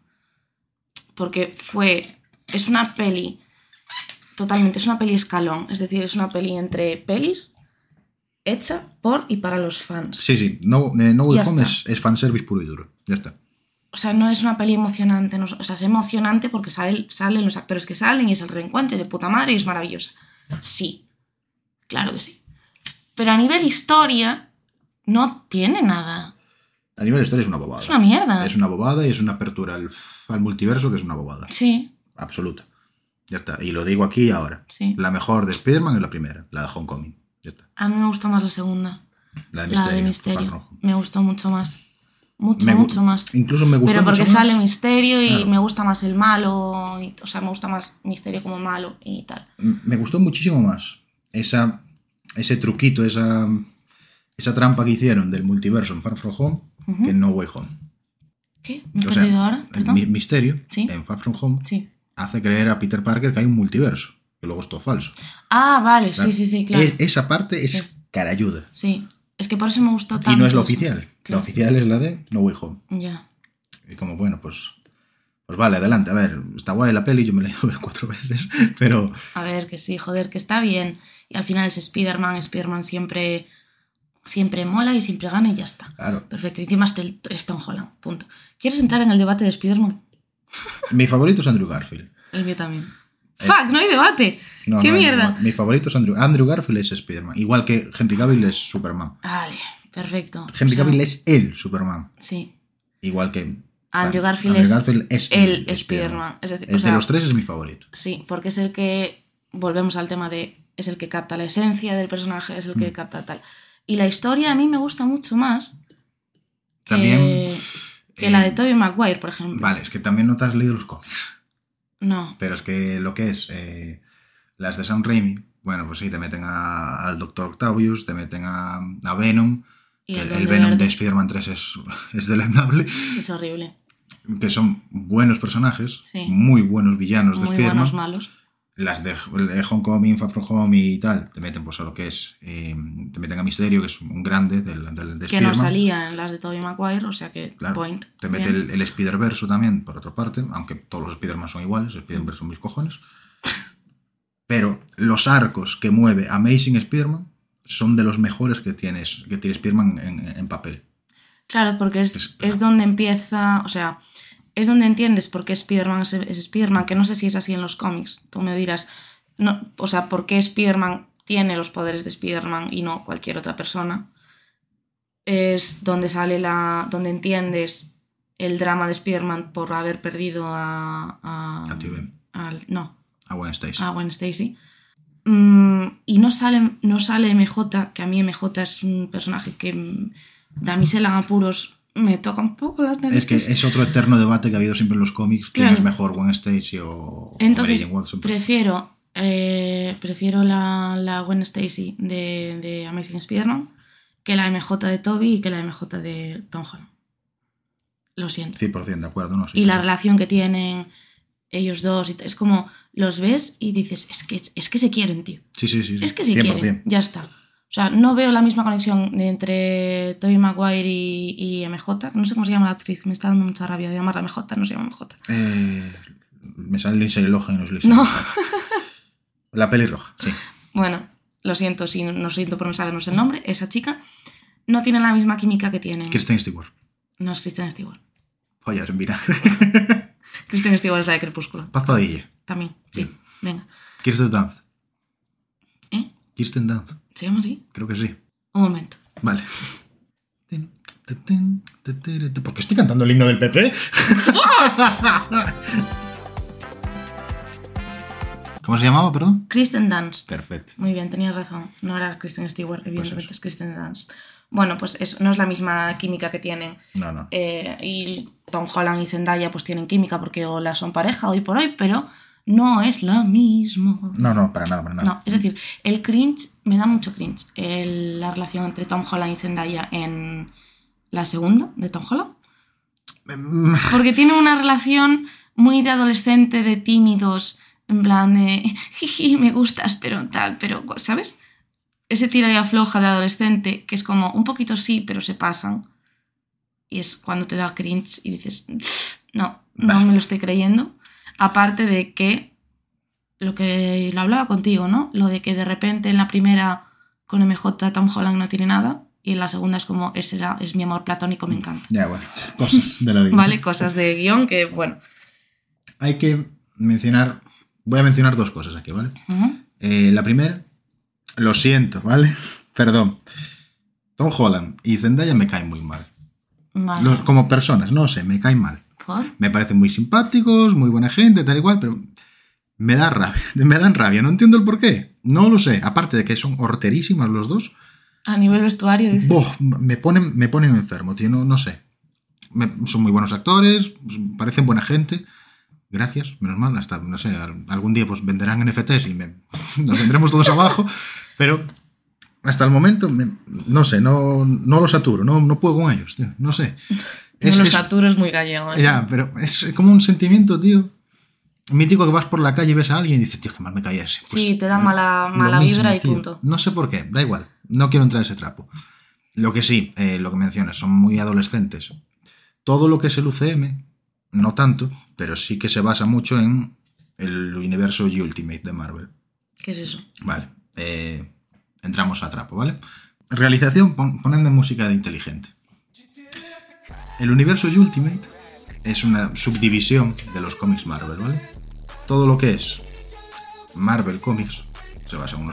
Porque fue. Es una peli. Totalmente, es una peli escalón. Es decir, es una peli entre pelis hecha por y para los fans. Sí, sí, No, eh, no Way Ya Home está. es, es fanservice puro y duro. Ya está. O sea, no es una peli emocionante. No, o sea, es emocionante porque sale, salen los actores que salen y es el reencuentro de puta madre y es maravillosa. Sí, claro que sí. Pero a nivel historia, no tiene nada. A nivel de historia es una bobada. Es una mierda. Es una bobada y es una apertura al, al multiverso que es una bobada. Sí. Absoluta. Ya está. Y lo digo aquí y ahora. Sí. La mejor de Spider-Man es la primera, la de Homecoming. Ya está. A mí me gusta más la segunda. La de Misterio. La de Misterio. Me gustó mucho más. Mucho, me, mucho más. Incluso me gustó Pero porque mucho sale más. Misterio y Claro. me gusta más el malo. Y, o sea, me gusta más Misterio como malo y tal. Me gustó muchísimo más esa, ese truquito, esa, esa trampa que hicieron del multiverso en Far From Home uh-huh. que en No Way Home. ¿Qué? ¿Me he o perdido sea, ahora? ¿Perdón? El Misterio ¿Sí? en Far From Home sí. hace creer a Peter Parker que hay un multiverso, que luego es todo falso. Ah, vale, claro. sí, sí, sí, claro. Es, esa parte es sí. carayuda. Sí, es que por eso me gustó tanto. Y no es la eso. oficial. Claro. La oficial es la de No Way Home. Ya. Y como, bueno, pues... Pues vale, adelante. A ver, está guay la peli, yo me la he ido a ver cuatro veces, pero... A ver, que sí, joder, que está bien. Y al final es Spider-Man, Spider-Man siempre... Siempre mola y siempre gana y ya está. Claro. Perfecto. Y encima es Tom Holland, punto. ¿Quieres entrar en el debate de Spider-Man? Mi favorito es Andrew Garfield. El mío también. Eh, ¡Fuck! ¡No hay debate! No, ¡Qué no, mierda! No, mi favorito es Andrew... Andrew Garfield es Spider-Man. Igual que Henry Cavill es Superman. Vale, perfecto. Henry o sea, Cavill es el Superman. Sí. Igual que... Andrew Garfield, Andrew es, Garfield es el Spider-Man. Spider-Man. Es decir, el o sea, de los tres es mi favorito. Sí, porque es el que... Volvemos al tema de... Es el que capta la esencia del personaje, es el que mm. capta tal... Y la historia a mí me gusta mucho más que, también, que eh, la de Tobey Maguire, por ejemplo. Vale, es que también no te has leído los cómics. No. Pero es que lo que es, eh, las de Sam Raimi, bueno, pues sí, te meten a, al Doctor Octavius, te meten a, a Venom, y que el, el Venom verde. de Spider-Man tres es, es deleznable. Es horrible. Que son buenos personajes, sí. muy buenos villanos muy de Spider-Man. Muy buenos malos. Las de, de Homecoming, Far From Home y tal, te meten pues a lo que es, eh, te meten a Misterio, que es un grande del, del, de que no salía en las de Tobey Maguire, o sea que claro, point. Te mete el, el Spider-Verse también, por otra parte, aunque todos los Spider-Man son iguales, el Spider-Verse son mis cojones. Pero los arcos que mueve Amazing Spider-Man son de los mejores que, tienes, que tiene Spider-Man en, en papel. Claro, porque es, es, es donde empieza, o sea... Es donde entiendes por qué Spider-Man es, es Spider-Man, que no sé si es así en los cómics. Tú me dirás, no, o sea, por qué Spider-Man tiene los poderes de Spider-Man y no cualquier otra persona. Es donde sale la, donde entiendes el drama de Spider-Man por haber perdido a, a, a tío Ben. Al, no, a Gwen Stacy. A Gwen Stacy. Mm, y no sale, no sale M J, que a mí M J es un personaje que damisela en apuros. Me toca un poco las narices. Es que es otro eterno debate que ha habido siempre en los cómics. ¿Quién claro. es mejor, Gwen Stacy o, Entonces, o Mary Jane Watson? Prefiero, eh, prefiero la, la Gwen Stacy de, de Amazing Spider-Man que la M J de Tobey y que la M J de Tom Holland. Lo siento. cien por ciento de acuerdo. No, sí, y sí. la relación que tienen ellos dos. Es como, los ves y dices, es que, es que se quieren, tío. Sí, sí, sí. sí. Es que se quieren. Ya está. O sea, no veo la misma conexión entre Tobey Maguire y, y M J. No sé cómo se llama la actriz. Me está dando mucha rabia de llamarla M J. No se llama M J. Eh, me sale Lindsay Lohan y no es Lindsay No. La pelirroja, sí. Bueno, lo siento si no siento por no sabernos el nombre. Esa chica no tiene la misma química que tienen. Kristen Stewart. No es Kristen Stewart. Follas en vinagre. Kristen Stewart es la de Crepúsculo. Paz Padilla. También, sí. sí. Venga. Kirsten Dunst. ¿Eh? Kirsten Dunst. ¿Se llama así? Creo que sí. Un momento. Vale. ¿Por qué estoy cantando el himno del P P? ¿Cómo se llamaba, perdón? Kristen Dunst. Perfecto. Muy bien, tenías razón. No era Kristen Stewart, evidentemente pues es Kristen Dunst. Bueno, pues eso, no es la misma química que tienen. No, no. Eh, y Tom Holland y Zendaya pues tienen química porque hola son pareja hoy por hoy, pero... No es la misma. No, no, para nada, para nada. No, es decir, el cringe, me da mucho cringe el, la relación entre Tom Holland y Zendaya en la segunda de Tom Holland. Porque tiene una relación muy de adolescente, de tímidos, en plan de, jiji, me gustas, pero tal, pero, ¿sabes? Ese tira y afloja de adolescente que es como un poquito sí, pero se pasan. Y es cuando te da cringe y dices, no, no vale. me lo estoy creyendo. Aparte de que, lo que lo hablaba contigo, ¿no? Lo de que de repente en la primera con M J Tom Holland no tiene nada y en la segunda es como, ese era, es mi amor platónico, me encanta. Ya, bueno, cosas de la vida. Vale, cosas de guión que, bueno. Hay que mencionar, voy a mencionar dos cosas aquí, ¿vale? Uh-huh. Eh, la primera, lo siento, ¿vale? Perdón. Tom Holland y Zendaya me caen muy mal. Vale. Los, como personas, no sé, me caen mal. ¿Por? Me parecen muy simpáticos, muy buena gente, tal y cual, pero me da rabia, me dan rabia, no entiendo el por qué. No lo sé, aparte de que son horterísimas los dos. A nivel vestuario, dices. Boh, me ponen, me ponen enfermo, tío, no, no sé. Me, son muy buenos actores, parecen buena gente. Gracias, menos mal, hasta, no sé, algún día pues venderán N F Ts y me, nos vendremos todos abajo, pero hasta el momento, me, no sé, no, no los saturo, no, no puedo con ellos, tío, no sé. Es, no los saturo es muy gallego. Eso. Ya, pero es como un sentimiento, tío, mítico que vas por la calle y ves a alguien y dices, tío, qué mal me cae ese. Pues, sí, te da mala, mala mismo, vibra y tío. Punto. No sé por qué, da igual, no quiero entrar en ese trapo. Lo que sí, eh, lo que mencionas, son muy adolescentes. Todo lo que es el U C M, no tanto, pero sí que se basa mucho en el universo Ultimate de Marvel. ¿Qué es eso? Vale, eh, entramos a trapo, ¿vale? Realización, pon, ponedme música de inteligente. El universo Ultimate es una subdivisión de los cómics Marvel, ¿vale? Todo lo que es Marvel Comics se basa en unos...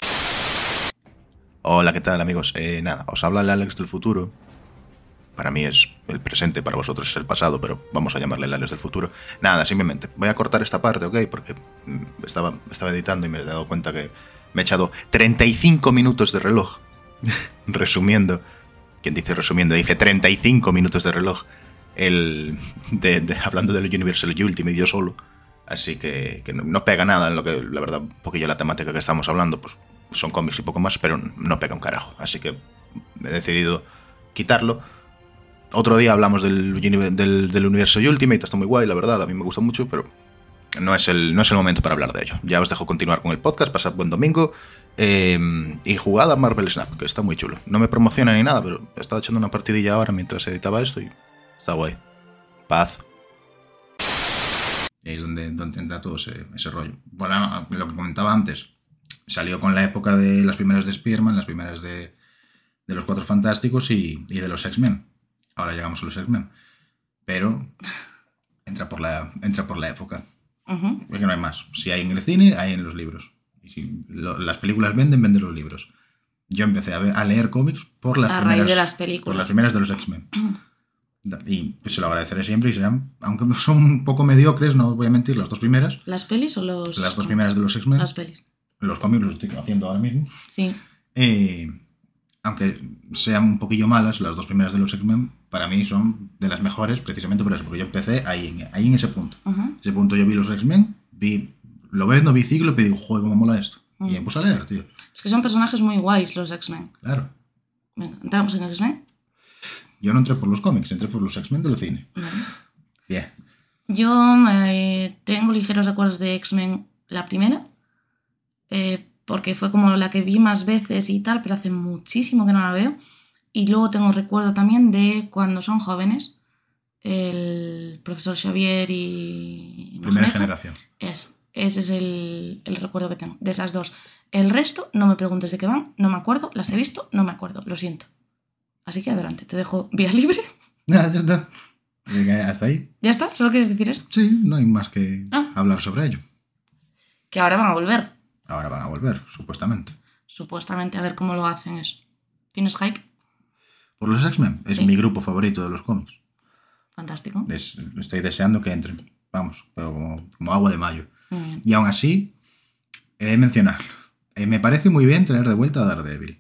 Hola, ¿qué tal, amigos? Eh, nada, os habla el Alex del futuro. Para mí es el presente, para vosotros es el pasado, pero vamos a llamarle el Alex del futuro. Nada, simplemente voy a cortar esta parte, ¿ok? Porque estaba, estaba editando y me he dado cuenta que me he echado treinta y cinco minutos de reloj. Resumiendo. ¿Quién dice resumiendo? Dice treinta y cinco minutos de reloj. El, de, de, hablando del Universal Ultimate yo solo. Así que, que no, no pega nada en lo que, la verdad, un poquillo la temática que estamos hablando, pues son cómics y poco más, pero no pega un carajo. Así que he decidido quitarlo. Otro día hablamos del, del, del universo Ultimate, está muy guay, la verdad, a mí me gusta mucho, pero no es, el, no es el momento para hablar de ello. Ya os dejo continuar con el podcast, pasad buen domingo eh, y jugad a Marvel Snap, que está muy chulo. No me promociona ni nada, pero he estado echando una partidilla ahora mientras editaba esto y está guay. Paz. Y ahí es donde, donde entra todo ese, ese rollo. Bueno, lo que comentaba antes, salió con la época de las primeras de Spider-Man, las primeras de, de los Cuatro Fantásticos y, y de los X-Men. Ahora llegamos a los X-Men. Pero entra por la, entra por la época. Uh-huh. Porque no hay más. Si hay en el cine, hay en los libros. Y si lo, las películas venden, venden los libros. Yo empecé a, ver, a leer cómics por las, a primeras, raíz de las películas. Por las primeras de los X-Men. Y pues se lo agradeceré siempre. Y serán, aunque son un poco mediocres, no os voy a mentir, las dos primeras. ¿Las pelis o los...? Las dos primeras de los X-Men. Las pelis. Los cómics los estoy haciendo ahora mismo. Sí. Eh... Aunque sean un poquillo malas, las dos primeras de los X-Men, para mí son de las mejores, precisamente por eso, porque yo empecé ahí en, ahí en ese punto. Uh-huh. Ese punto yo vi los X-Men, vi lo ves, no vi Cíclope y digo, joder, cómo mola esto. Uh-huh. Y me puse a leer, tío. Es que son personajes muy guays los X-Men. Claro. Venga, ¿entramos en X-Men? Yo no entré por los cómics, entré por los X-Men del cine. Uh-huh. Bien. Yo eh, tengo ligeros recuerdos de X-Men la primera, eh, porque fue como la que vi más veces y tal, pero hace muchísimo que no la veo. Y luego tengo recuerdo también de cuando son jóvenes, el profesor Xavier y... Primera generación. Es, ese es el, el recuerdo que tengo, de esas dos. El resto, no me preguntes de qué van, no me acuerdo, las he visto, no me acuerdo, lo siento. Así que adelante, te dejo vía libre. Ya, ya está. ¿Hasta ahí? ¿Ya está? ¿Solo quieres decir eso? Sí, no hay más que ah. hablar sobre ello. Que ahora van a volver. Ahora van a volver, supuestamente. Supuestamente, a ver cómo lo hacen eso. ¿Tienes hype? Por los X-Men. Es sí. mi grupo favorito de los cómics. Fantástico. Es, estoy deseando que entren. Vamos, pero como, como agua de mayo. Mm. Y aún así, he de mencionar. Eh, me parece muy bien traer de vuelta a Daredevil.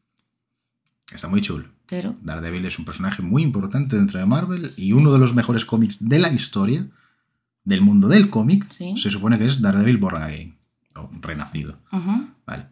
Está muy chulo. Pero... Daredevil es un personaje muy importante dentro de Marvel sí. y uno de los mejores cómics de la historia, del mundo del cómic, sí. se supone que es Daredevil Born Again. O renacido. Uh-huh. Vale.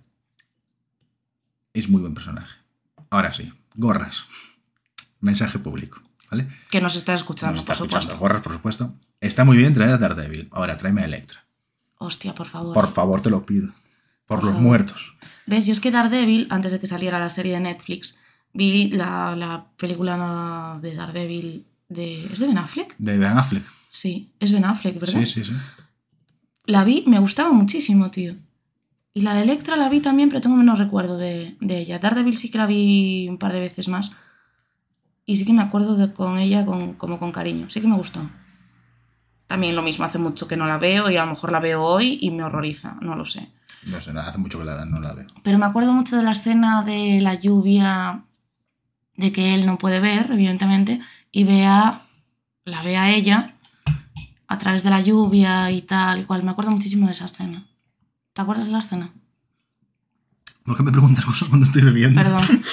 Es muy buen personaje. Ahora sí, gorras. Mensaje público, ¿vale? Que nos está escuchando, nos está por escuchando. supuesto. Gorras, por supuesto. Está muy bien traer a Daredevil. Ahora, tráeme a Elektra. Hostia, por favor. Por favor, te lo pido. Por, por los favor. muertos. ¿Ves? Yo es que Daredevil, antes de que saliera la serie de Netflix, vi la, la película de Daredevil de... ¿Es de Ben Affleck? De Ben Affleck. Sí, es Ben Affleck, ¿verdad? Sí, sí, sí. La vi, me gustaba muchísimo, tío. Y la de Elektra la vi también, pero tengo menos recuerdo de, de ella. Daredevil sí que la vi un par de veces más. Y sí que me acuerdo de, con ella con, como con cariño. Sí que me gustó. También lo mismo, hace mucho que no la veo y a lo mejor la veo hoy y me horroriza. No lo sé. No sé, hace mucho que la, no la veo. Pero me acuerdo mucho de la escena de la lluvia de que él no puede ver, evidentemente, y vea, la ve a ella a través de la lluvia y tal y cual. Me acuerdo muchísimo de esa escena. ¿Te acuerdas de la escena? ¿Por qué me preguntas cosas cuando estoy bebiendo? Perdón.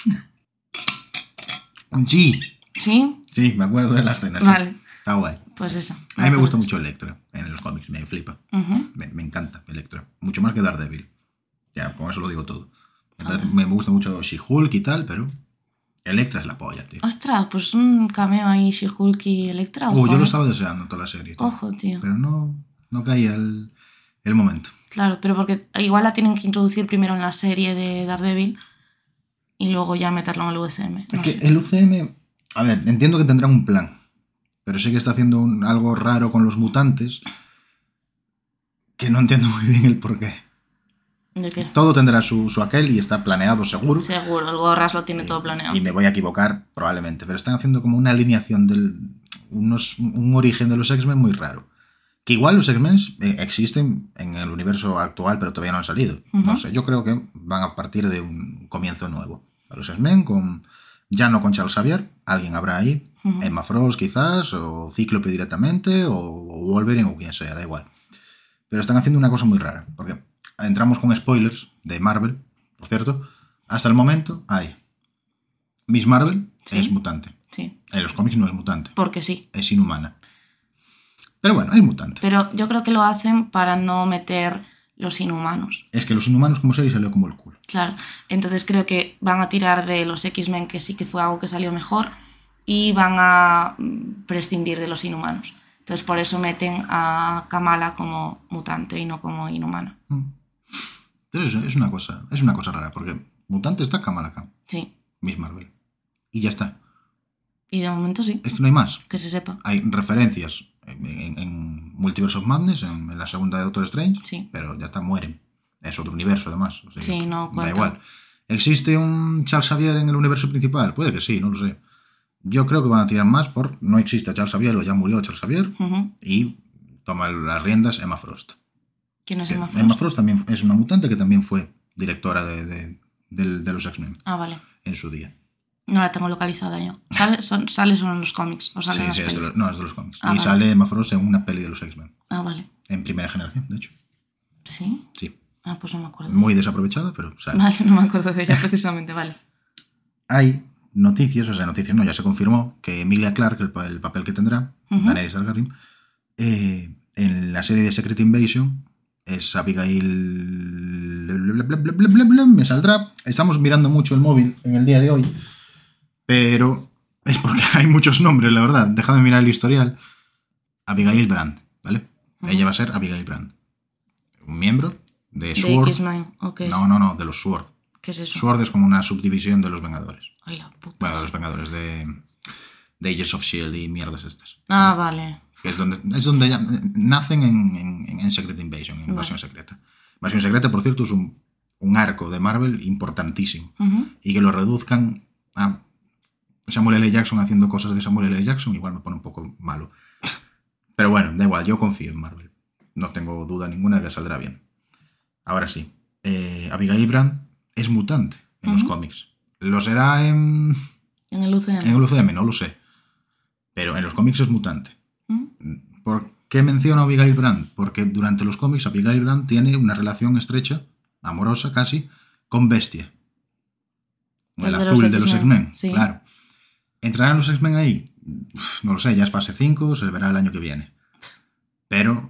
Sí. ¿Sí? Sí, me acuerdo de la escena. Vale. Sí. Está guay. Pues eso. A mí me gusta mucho Electra en los cómics, me flipa. Uh-huh. Me, me encanta Electra. Mucho más que Daredevil. Ya, con eso lo digo todo. Me, parece, me gusta mucho She-Hulk y tal, pero Electra es la polla, tío. Ostras, pues un cameo ahí, She-Hulk y Electra. Uh, yo lo estaba deseando toda la serie. Tío. Ojo, tío. Pero no, no caía el, el momento. Claro, pero porque igual la tienen que introducir primero en la serie de Daredevil y luego ya meterlo en el U C M. No es que sé. el U C M, a ver, entiendo que tendrán un plan, pero sé que está haciendo un, algo raro con los mutantes que no entiendo muy bien el porqué. ¿De qué? Todo tendrá su, su aquel y está planeado seguro. Seguro, el Gorras lo tiene y, todo planeado. Y me voy a equivocar probablemente, pero están haciendo como una alineación del unos, un origen de los X-Men muy raro. Que igual los X-Men existen en el universo actual, pero todavía no han salido. Uh-huh. No sé, yo creo que van a partir de un comienzo nuevo. A los X-Men, con, ya no con Charles Xavier, alguien habrá ahí, uh-huh. Emma Frost quizás, o Cíclope directamente, o, o Wolverine, o quien sea, da igual. Pero están haciendo una cosa muy rara, porque entramos con spoilers de Marvel, por cierto. Hasta el momento hay Miss Marvel, ¿sí? Es mutante. Sí. En los cómics no es mutante. Porque sí. Es inhumana. Pero bueno, es mutante. Pero yo creo que lo hacen para no meter los inhumanos. Es que los inhumanos como serie salió como el culo. Claro. Entonces creo que van a tirar de los X-Men, que sí que fue algo que salió mejor, y van a prescindir de los inhumanos. Entonces por eso meten a Kamala como mutante y no como inhumana. Mm. Pero es, es, una cosa, es una cosa rara, porque mutante está Kamala Khan. Sí. Miss Marvel. Y ya está. Y de momento sí. Es que no hay más. Que se sepa. Hay referencias en, en, en Multiverse of Madness, en, en la segunda de Doctor Strange, sí. Pero ya está, mueren. Es otro universo, además. O sea, sí, no cuenta. Da igual. ¿Existe un Charles Xavier en el universo principal? Puede que sí, no lo sé. Yo creo que van a tirar más por no existe Charles Xavier o ya murió Charles Xavier, uh-huh. Y toma las riendas Emma Frost. ¿Quién es que Emma Frost? Emma Frost también es una mutante que también fue directora de, de, de, de los X-Men. Ah, vale. En su día. No la tengo localizada yo. ¿Sale, son, sale solo en los cómics? ¿O sale sí, en las sí, pelis? es de los, no, es de los cómics. Ah, y vale. sale Emma Frost en una peli de los X-Men. Ah, vale. En primera generación, de hecho. ¿Sí? Sí. Ah, pues no me acuerdo. Muy desaprovechada, pero sale. Vale, no me acuerdo de ella precisamente, vale. Hay noticias, o sea, noticias no, ya se confirmó que Emilia Clarke, el, el papel que tendrá, uh-huh. Daenerys Targaryen, eh, en la serie de Secret Invasion es Abigail... Bla, bla, bla, bla, bla, bla, me saldrá. Estamos mirando mucho el móvil en el día de hoy, pero es porque hay muchos nombres, la verdad. Déjame mirar el historial. Abigail Brand, ¿vale? Uh-huh. Ella va a ser Abigail Brand. Un miembro de Sword. De X-Men, okay. No, no, no, de los Sword. ¿Qué es eso? Sword es como una subdivisión de los Vengadores. Ay, la puta. Bueno, de los Vengadores de, de Agents of S H I E L D y mierdas estas. Ah, vale. Que es donde, es donde ya, nacen en, en, en Secret Invasion, en Invasión vale. Secreta. Invasión Secreta, por cierto, es un, un arco de Marvel importantísimo. Uh-huh. Y que lo reduzcan a Samuel L. Jackson haciendo cosas de Samuel L. Jackson, igual me pone un poco malo. Pero bueno, da igual, yo confío en Marvel. No tengo duda ninguna de que saldrá bien. Ahora sí, eh, Abigail Brand es mutante en uh-huh. los cómics. ¿Lo será en... en el U C M? En el U C M, no lo sé. Pero en los cómics es mutante. ¿Mm? ¿Por qué menciono a Abigail Brand? Porque durante los cómics Abigail Brand tiene una relación estrecha, amorosa casi, con Bestia. El, el azul de los X-Men, sí. Claro. ¿Entrarán los X-Men ahí? Uf, no lo sé, ya es fase cinco, se verá el año que viene. Pero,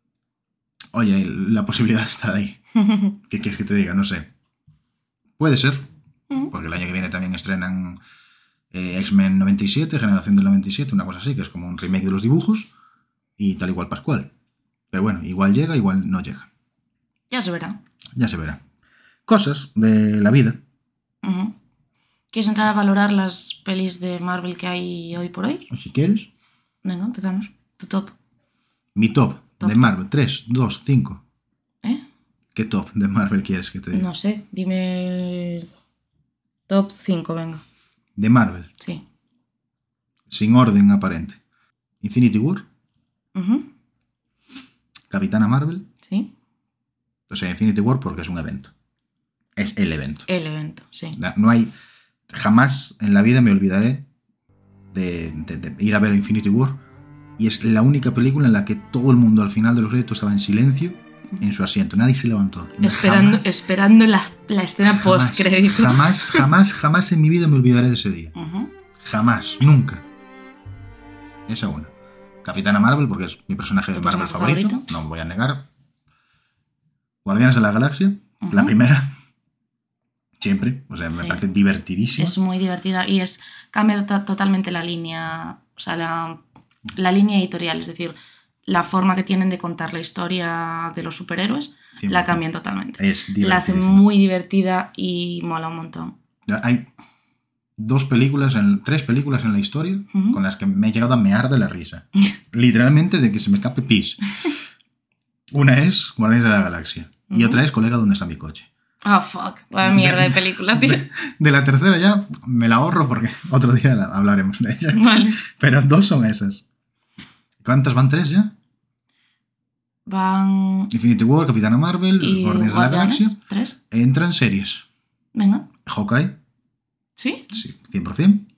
oye, la posibilidad está ahí. ¿Qué quieres que te diga? No sé. Puede ser, ¿Mm? Porque el año que viene también estrenan... Eh, X-Men noventa y siete, Generación del noventa y siete, una cosa así, que es como un remake de los dibujos y tal igual Pascual. Pero bueno, igual llega, igual no llega. Ya se verá. Ya se verá. Cosas de la vida. Uh-huh. ¿Quieres entrar a valorar las pelis de Marvel que hay hoy por hoy? Si quieres. Venga, empezamos. Tu top. Mi top, top. De Marvel. tres, dos, cinco. ¿Eh? ¿Qué top de Marvel quieres que te diga? No sé, dime top cinco, venga. De Marvel. Sí. Sin orden aparente. Infinity War. Uh-huh. Capitana Marvel. Sí. O sea, Infinity War porque es un evento. Es el evento. El evento, sí. No hay... jamás en la vida me olvidaré de, de, de ir a ver Infinity War, y es la única película en la que todo el mundo al final de los créditos estaba en silencio en su asiento, nadie se levantó. Esperando, jamás, esperando la, la escena post-crédito. Jamás, jamás, jamás en mi vida me olvidaré de ese día. Uh-huh. Jamás, nunca. Esa una. Capitana Marvel, porque es mi personaje de Marvel favorito, favorito, no me voy a negar. Guardianes de la Galaxia, uh-huh. la primera. Siempre, o sea, me sí. parece divertidísima. Es muy divertida y es cambia to- totalmente la línea, o sea, la, la línea editorial, es decir, la forma que tienen de contar la historia de los superhéroes, cien por ciento. La cambian totalmente. Es la hacen muy divertida y mola un montón. Hay dos películas, en, tres películas en la historia uh-huh. con las que me he llegado a mear de la risa. Literalmente de que se me escape pis. Una es Guardianes de la Galaxia uh-huh. y otra es Colega, ¿dónde está mi coche? Oh, fuck. Vaya mierda de, de película, tío. De, de la tercera ya me la ahorro porque otro día la, hablaremos de ella. Vale. Pero dos son esas. ¿Cuántas van? ¿Tres ya? Van... Infinity War, Capitana Marvel, y Guardianes de la Galaxia. ¿Tres? Entran series. Venga. Hawkeye. ¿Sí? Sí, cien por ciento.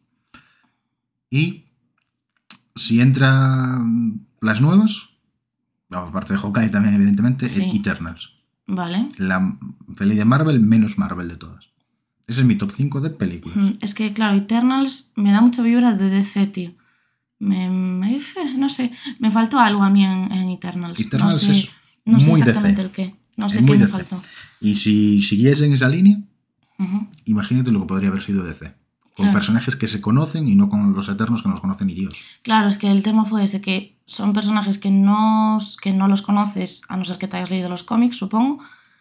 Y si entran las nuevas, aparte de Hawkeye también, evidentemente, sí. Eternals. Vale. La peli de Marvel menos Marvel de todas. Ese es mi top cinco de películas. Es que, claro, Eternals me da mucha vibra de D C, tío. Me, me, no sé, me faltó algo a mí en, en Eternals. Eternals no sé, es no sé muy exactamente D C. El qué. No sé es qué me D C. faltó. Y si siguiesen esa línea, uh-huh. imagínate lo que podría haber sido D C. Con claro. personajes que se conocen y no con los Eternos que no los conocen ni Dios. Claro, es que el tema fue ese, que son personajes que no, que no los conoces, a no ser que te hayas leído los cómics, supongo,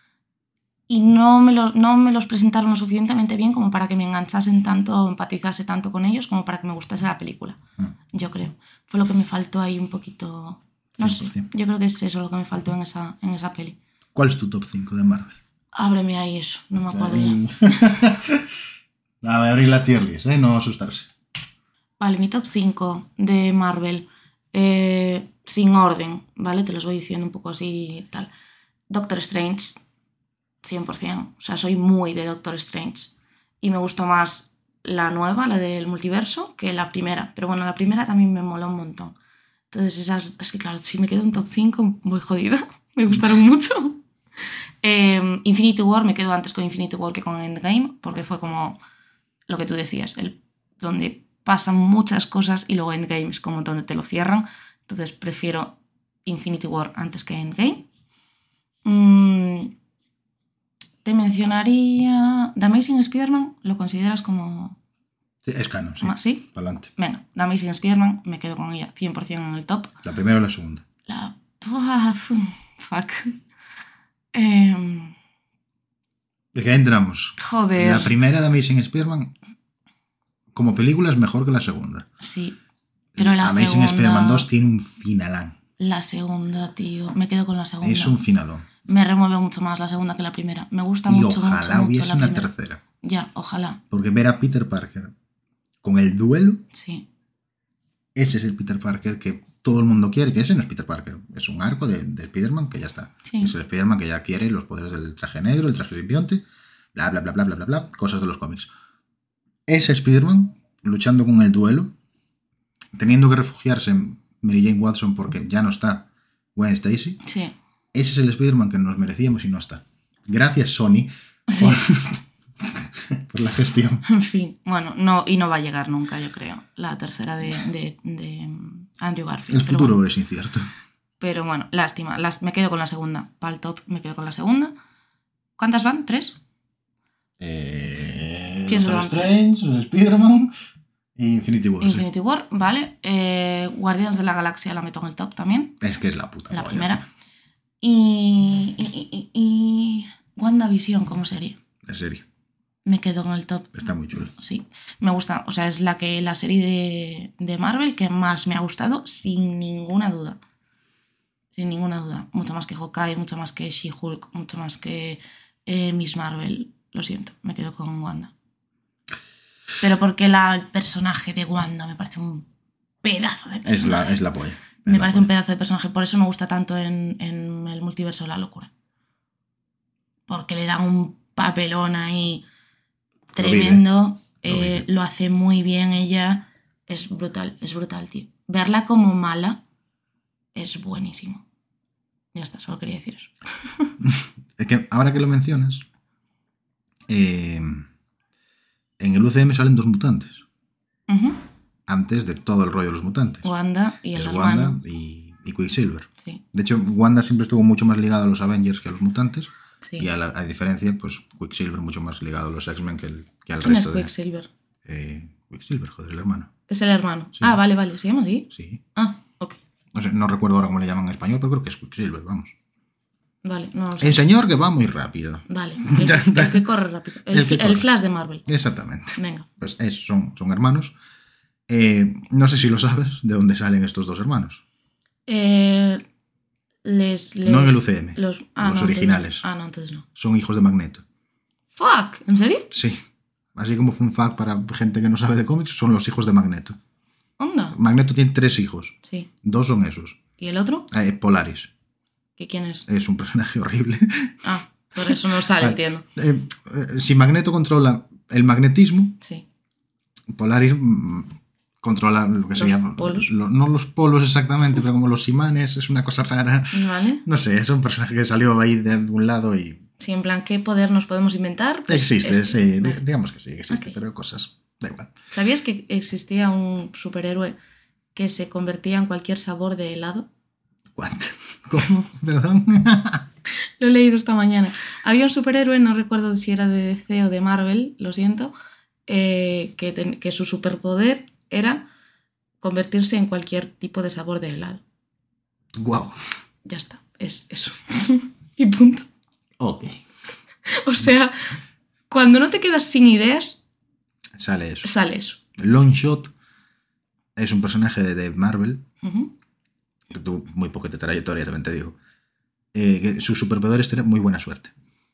y no me, los, no me los presentaron lo suficientemente bien como para que me enganchasen tanto o empatizase tanto con ellos como para que me gustase la película. Mm. Yo creo. Fue lo que me faltó ahí un poquito... No cien por ciento. sé, yo creo que es eso lo que me faltó en esa, en esa peli. ¿Cuál es tu top cinco de Marvel? Ábreme ahí eso, no me acuerdo Ay. ya. A ver, abrir la tier list, ¿eh? No asustarse. Vale, mi top cinco de Marvel, eh, sin orden, ¿vale? Te los voy diciendo un poco así y tal. Doctor Strange, cien por ciento. O sea, soy muy de Doctor Strange. Y me gustó más la nueva, la del multiverso, que la primera. Pero bueno, la primera también me moló un montón. Entonces, esas, es que claro, si me quedo en top cinco, voy jodida. Me gustaron mucho. Eh, Infinity War, me quedo antes con Infinity War que con Endgame, porque fue como... lo que tú decías, el, donde pasan muchas cosas y luego Endgame es como donde te lo cierran. Entonces prefiero Infinity War antes que Endgame. Mm, te mencionaría The Amazing Spider-Man, ¿lo consideras como...? Sí, es canon, sí. ¿Sí? Para adelante. Venga, The Amazing Spider-Man, me quedo con ella cien por ciento en el top. ¿La primera o la segunda? La... Fuck. Eh... ¿De qué entramos? Joder. La primera de Amazing Spider-Man como película es mejor que la segunda. Sí, pero la Amazing segunda... Spider-Man dos tiene un finalán. La segunda, tío. Me quedo con la segunda. Es un finalón. Me remueve mucho más la segunda que la primera. Me gusta y mucho, ojalá mucho, mucho hubiese la una primera. tercera. Ya, ojalá. Porque ver a Peter Parker con el duelo... Sí. Ese es el Peter Parker que todo el mundo quiere, que ese no es Peter Parker. Es un arco de, de Spider-Man que ya está. Sí. Es el Spider-Man que ya quiere los poderes del traje negro, el traje simbionte, bla, bla, bla, bla, bla, bla, bla, cosas de los cómics. Ese Spider-Man luchando con el duelo, teniendo que refugiarse en Mary Jane Watson porque ya no está Gwen Stacy. Sí. Ese es el Spider-Man que nos merecíamos y no está. Gracias, Sony, sí. por, por la gestión. En fin, bueno, no, y no va a llegar nunca, yo creo, la tercera de, de, de Andrew Garfield. El futuro bueno, es incierto. Pero bueno, lástima. Las, me quedo con la segunda. Para el top me quedo con la segunda. ¿Cuántas van? ¿Tres? Eh, Doctor Strange, Spider-Man y Infinity War. Infinity sí. War, vale. Eh, Guardianes de la Galaxia la meto en el top también. Es que es la puta. La guaya. primera. Y, y, y, y WandaVision como serie. En serio. Me quedo con el top. Está muy chulo. Sí, me gusta. O sea, es la que la serie de, de Marvel que más me ha gustado, sin ninguna duda. Sin ninguna duda. Mucho más que Hawkeye, mucho más que She-Hulk, mucho más que eh, Miss Marvel. Lo siento, me quedo con Wanda. Pero porque la, el personaje de Wanda me parece un pedazo de personaje. Es la, es la polla. Es me la parece polla. un pedazo de personaje. Por eso me gusta tanto en, en el multiverso de la locura. Porque le da un papelón ahí tremendo. Eh, lo hace muy bien ella. Es brutal, es brutal, tío. Verla como mala es buenísimo. Ya está, solo quería decir eso. Es que ahora que lo mencionas, eh, en el U C M salen dos mutantes. Uh-huh. Antes de todo el rollo de los mutantes. Wanda y el es hermano. Wanda y, y Quicksilver. Sí. De hecho, Wanda siempre estuvo mucho más ligado a los Avengers que a los mutantes. Sí. Y a, la, a diferencia, pues Quicksilver mucho más ligado a los X-Men que, el, que al ¿Quién resto es Quicksilver? de... Eh, Quicksilver, joder, el hermano. Es el hermano. Sí. Ah, vale, vale. ¿Se llama así? Sí. Ah, ok. No sé, no recuerdo ahora cómo le llaman en español, pero creo que es Quicksilver, vamos. Vale, no lo sé. El señor que va muy rápido. Vale, el, que, el que corre rápido. El, el, que corre. el Flash de Marvel. Exactamente. Venga. Pues es, son, son hermanos. Eh, no sé si lo sabes, ¿de dónde salen estos dos hermanos? Eh, les, les, no en el U C M, los, ah, los no, originales. Entonces, ah, no, entonces no. Son hijos de Magneto. ¿Fuck? ¿En serio? Sí. Así como fun fact para gente que no sabe de cómics, son los hijos de Magneto. ¿Onda? Magneto tiene tres hijos. Sí. Dos son esos. ¿Y el otro? Eh, Polaris. ¿Qué quién es? Es un personaje horrible. Ah, por eso no sale, vale. Entiendo. Eh, eh, si Magneto controla el magnetismo, sí. Polaris mm, controla lo que serían los polos. Lo, no los polos exactamente, pero como los imanes, es una cosa rara. Vale. No sé, es un personaje que salió ahí de algún lado y... Sí, en plan, ¿qué poder nos podemos inventar? Pues existe, este. sí, vale. Digamos que sí, existe, okay. Pero cosas, da igual. ¿Sabías que existía un superhéroe que se convertía en cualquier sabor de helado? ¿Cuánto? ¿Cómo? ¿Perdón? Lo he leído esta mañana. Había un superhéroe, no recuerdo si era de D C o de Marvel, lo siento, eh, que, ten, que su superpoder era convertirse en cualquier tipo de sabor de helado. Guau. Wow. Ya está, es eso. Y punto. Ok. O sea, cuando no te quedas sin ideas, sale eso. Sale eso. Longshot es un personaje de Marvel. Uh-huh. Que tuvo muy poquita trayectoria, también te digo. Eh, que sus superpoderes tienen muy buena suerte.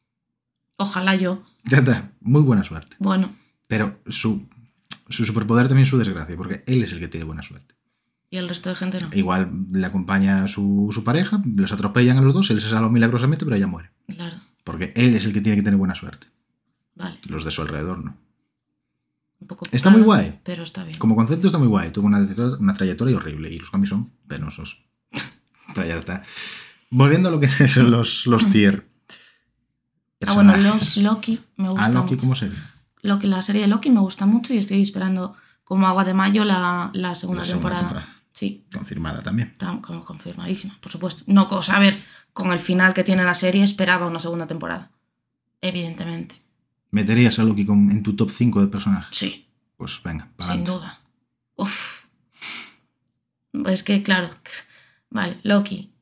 Ojalá yo. Ya está, muy buena suerte. Bueno. Pero su, su superpoder también es su desgracia, porque él es el que tiene buena suerte. Y el resto de gente no. Igual le acompaña a su, su pareja, los atropellan a los dos, él se salva milagrosamente, pero ella muere. Claro. Porque él es el que tiene que tener buena suerte. Vale. Los de su alrededor no. Un poco está picada, muy guay. Pero está bien. Como concepto está muy guay. Tuvo una, una trayectoria horrible y los cómics son penosos. Pero ya está. Volviendo a lo que son los, los tier. Ah, bueno, Loki me gusta mucho. ¿Ah, Loki mucho. cómo serie? Loki, la serie de Loki me gusta mucho y estoy esperando como agua de mayo la, la, segunda, la segunda temporada. temporada. Sí. Confirmada también. Está como confirmadísima, por supuesto. No, o sea, a ver, con el final que tiene la serie esperaba una segunda temporada. Evidentemente. ¿Meterías a Loki con, en tu top cinco de personajes? Sí. Pues venga, para Sin adelante. Duda. Uf. Es que, claro. Vale, Loki.